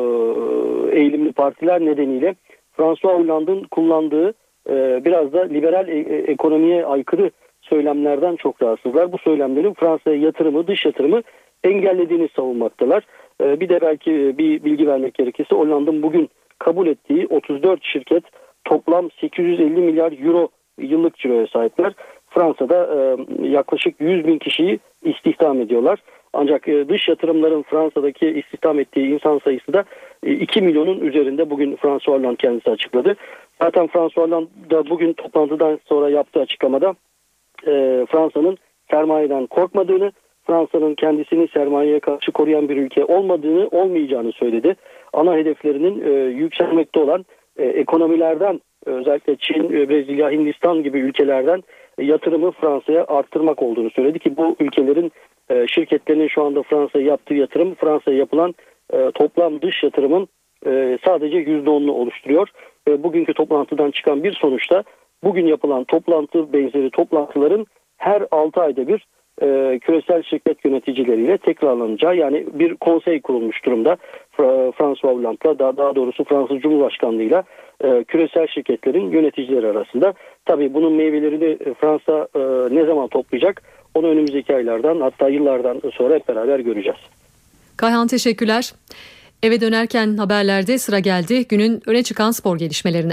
eğilimli partiler nedeniyle François Hollande'ın kullandığı biraz da liberal ekonomiye aykırı söylemlerden çok rahatsızlar. Bu söylemlerin Fransa'ya yatırımı, dış yatırımı engellediğini savunmaktalar. Bir de belki bir bilgi vermek gerekirse Hollande'ın bugün kabul ettiği 34 şirket toplam 850 milyar euro yıllık ciroya sahipler. Fransa'da yaklaşık 100 bin kişiyi istihdam ediyorlar. Ancak dış yatırımların Fransa'daki istihdam ettiği insan sayısı da 2 milyonun üzerinde, bugün François Hollande kendisi açıkladı. Zaten François Hollande da bugün toplantıdan sonra yaptığı açıklamada Fransa'nın sermayeden korkmadığını, Fransa'nın kendisini sermayeye karşı koruyan bir ülke olmayacağını söyledi. Ana hedeflerinin yükselmekte olan ekonomilerden, özellikle Çin, Brezilya, Hindistan gibi ülkelerden yatırımı Fransa'ya arttırmak olduğunu söyledi ki bu ülkelerin şirketlerinin şu anda Fransa'ya yaptığı yatırım, Fransa'ya yapılan toplam dış yatırımın sadece %10'unu oluşturuyor. Bugünkü toplantıdan çıkan bir sonuçta bugün yapılan toplantı benzeri toplantıların her 6 ayda bir küresel şirket yöneticileriyle tekrarlanacağı, yani bir konsey kurulmuş durumda François Hollande'la, daha doğrusu Fransız Cumhurbaşkanlığı'yla küresel şirketlerin yöneticileri arasında. Tabii bunun meyvelerini Fransa ne zaman toplayacak? Onu önümüzdeki aylardan, hatta yıllardan sonra hep beraber göreceğiz. Kayhan, teşekkürler. Eve dönerken haberlerde sıra geldi günün öne çıkan spor gelişmelerine.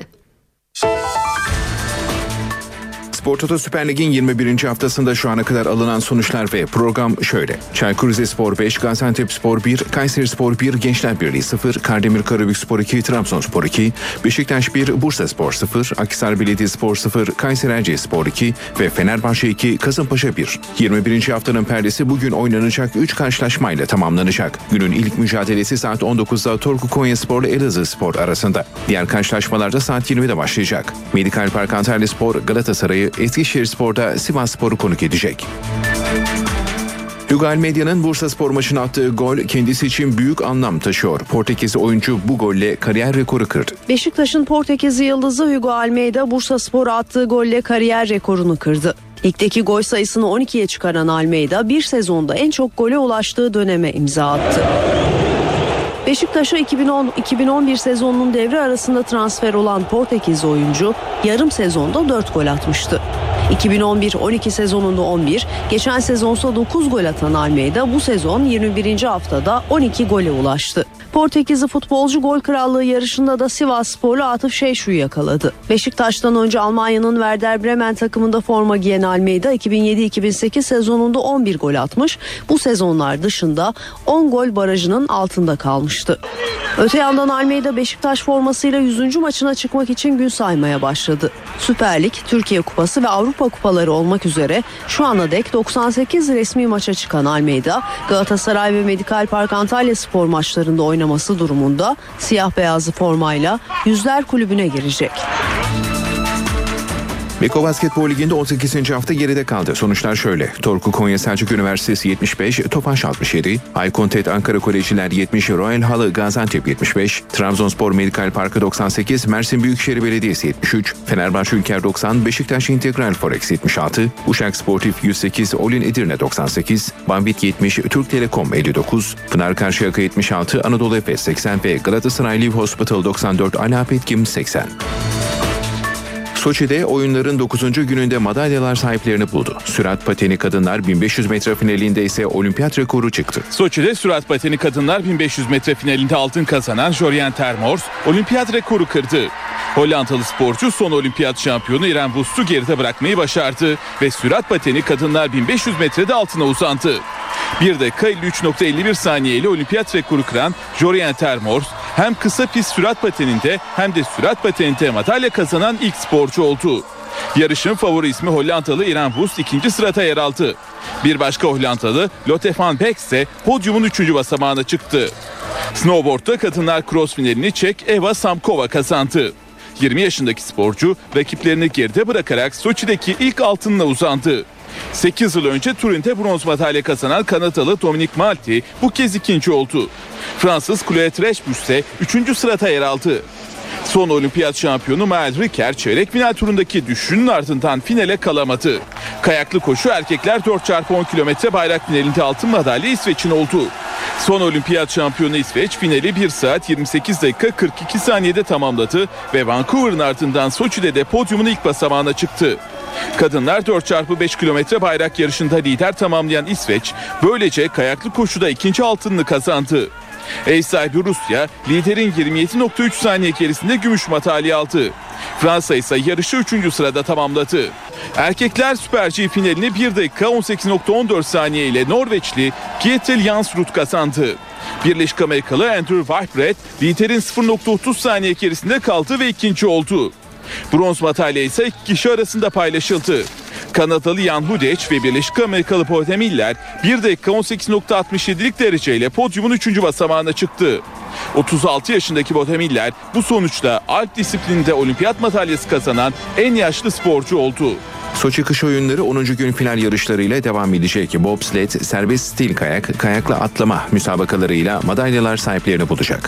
Spor Toto Süper Lig'in 21. haftasında şu ana kadar alınan sonuçlar ve program şöyle. Çaykur Rizespor 5, Gaziantepspor 1, Kayserispor 1, Gençler Birliği 0, Kardemir Karabükspor 2, Trabzonspor 2, Beşiktaş 1, Bursaspor 0, Akhisar Belediyespor 0, Kayseri Erciyesspor 2 ve Fenerbahçe 2, Kasımpaşa 1. 21. haftanın perdesi bugün oynanacak 3 karşılaşmayla tamamlanacak. Günün ilk mücadelesi saat 19'da Torku Konyaspor ile Elazığspor arasında. Diğer karşılaşmalarda saat 20'de başlayacak. Medikal Park Antalyaspor Galatasaray'ı, Eskişehirspor'da Sivasspor'u konuk edecek. Hugo Almeyida'nın Bursaspor maçına attığı gol kendisi için büyük anlam taşıyor. Portekizli oyuncu bu golle kariyer rekoru kırdı. Beşiktaş'ın Portekizli yıldızı Hugo Almeida Bursaspor'a attığı golle kariyer rekorunu kırdı. Ligdeki gol sayısını 12'ye çıkaran Almeida bir sezonda en çok gole ulaştığı döneme imza attı. Beşiktaş'a 2010-2011 sezonunun devre arasında transfer olan Portekizli oyuncu yarım sezonda 4 gol atmıştı. 2011-12 sezonunda 11, geçen sezonsa 9 gol atan Almeida bu sezon 21. haftada 12 gole ulaştı. Portekizli futbolcu gol krallığı yarışında da Sivassporlu Atıf Şeşu'yu yakaladı. Beşiktaş'tan önce Almanya'nın Werder Bremen takımında forma giyen Almeida 2007-2008 sezonunda 11 gol atmış. Bu sezonlar dışında 10 gol barajının altında kalmıştı. Öte yandan Almeida Beşiktaş formasıyla 100. maçına çıkmak için gün saymaya başladı. Süper Lig, Türkiye Kupası ve Avrupa Kupaları olmak üzere şu ana dek 98 resmi maça çıkan Almeida, Galatasaray ve Medikal Park Antalyaspor maçlarında oynaması durumunda siyah beyazlı formayla Yüzler Kulübü'ne girecek. Beko Basketbol Ligi'nde 18. hafta geride kaldı. Sonuçlar şöyle. Torku Konya Selçuk Üniversitesi 75, Tofaş 67, Aykon TED Ankara Kolejiler 70, Royal Halı Gaziantep 75, Trabzonspor Medikal Parkı 98, Mersin Büyükşehir Belediyesi 73, Fenerbahçe Ülker 90, Beşiktaş İntegral Forex 76, Uşak Sportif 108, Olin Edirne 98, Banvit 70, Türk Telekom 59, Pınar Karşıyaka 76, Anadolu Efes 80 ve Galatasaray Live Hospital 94, Ala Petkim 80. Soçi'de oyunların 9. gününde madalyalar sahiplerini buldu. Sürat pateni kadınlar 1500 metre finalinde ise olimpiyat rekoru çıktı. Soçi'de sürat pateni kadınlar 1500 metre finalinde altın kazanan Jorien Termors olimpiyat rekoru kırdı. Hollandalı sporcu son olimpiyat şampiyonu Irene Wust'u geride bırakmayı başardı ve sürat pateni kadınlar 1500 metrede altına uzandı. 1 dakika 53.51 saniye ile olimpiyat rekoru kıran Jorien Termors hem kısa pist sürat pateninde hem de sürat pateninde madalya kazanan ilk sporcu oldu. Yarışın favori ismi Hollandalı Irene Wust 2. sırada yer aldı. Bir başka Hollandalı Lotte van Beek ise podyumun 3. basamağına çıktı. Snowboard'da kadınlar cross finalini Çek Eva Samkova kazandı. 20 yaşındaki sporcu rakiplerini geride bırakarak Soçi'deki ilk altınla uzandı. 8 yıl önce Turin'de bronz madalya kazanan Kanadalı Dominic Malty bu kez ikinci oldu. Fransız Chloé Trechbus ise 3. sırada yer aldı. Son olimpiyat şampiyonu Maël Ricker çeyrek final turundaki düşüşünün ardından finale kalamadı. Kayaklı koşu erkekler 4x10 kilometre bayrak finalinde altın madalya İsveç'in oldu. Son olimpiyat şampiyonu İsveç finali 1 saat 28 dakika 42 saniyede tamamladı ve Vancouver'ın ardından Soçi'de de podyumun ilk basamağına çıktı. Kadınlar 4x5 kilometre bayrak yarışında lider tamamlayan İsveç böylece kayaklı koşuda ikinci altınını kazandı. Ev sahibi Rusya liderin 27.3 saniye gerisinde gümüş madalya aldı. Fransa ise yarışı 3. sırada tamamladı. Erkekler Süper G finalini 1 dakika 18.14 saniye ile Norveçli Kjetil Jansrud kazandı. Birleşik Amerikalı Andrew Weibrecht liderin 0.30 saniye gerisinde kaldı ve ikinci oldu. Bronz madalya ise iki kişi arasında paylaşıldı. Kanadalı Jan Hudec ve Birleşik Amerikalı Pote Miller 1 dakika 18.67'lik dereceyle podyumun 3. basamağına çıktı. 36 yaşındaki Pote Miller bu sonuçla alp disiplininde olimpiyat madalyası kazanan en yaşlı sporcu oldu. Soçi kış oyunları 10. gün final yarışlarıyla devam edecek. Bobsled, serbest stil kayak, kayakla atlama müsabakalarıyla madalyalar sahiplerini bulacak.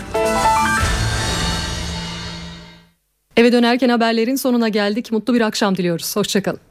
Eve dönerken haberlerin sonuna geldik. Mutlu bir akşam diliyoruz. Hoşçakalın.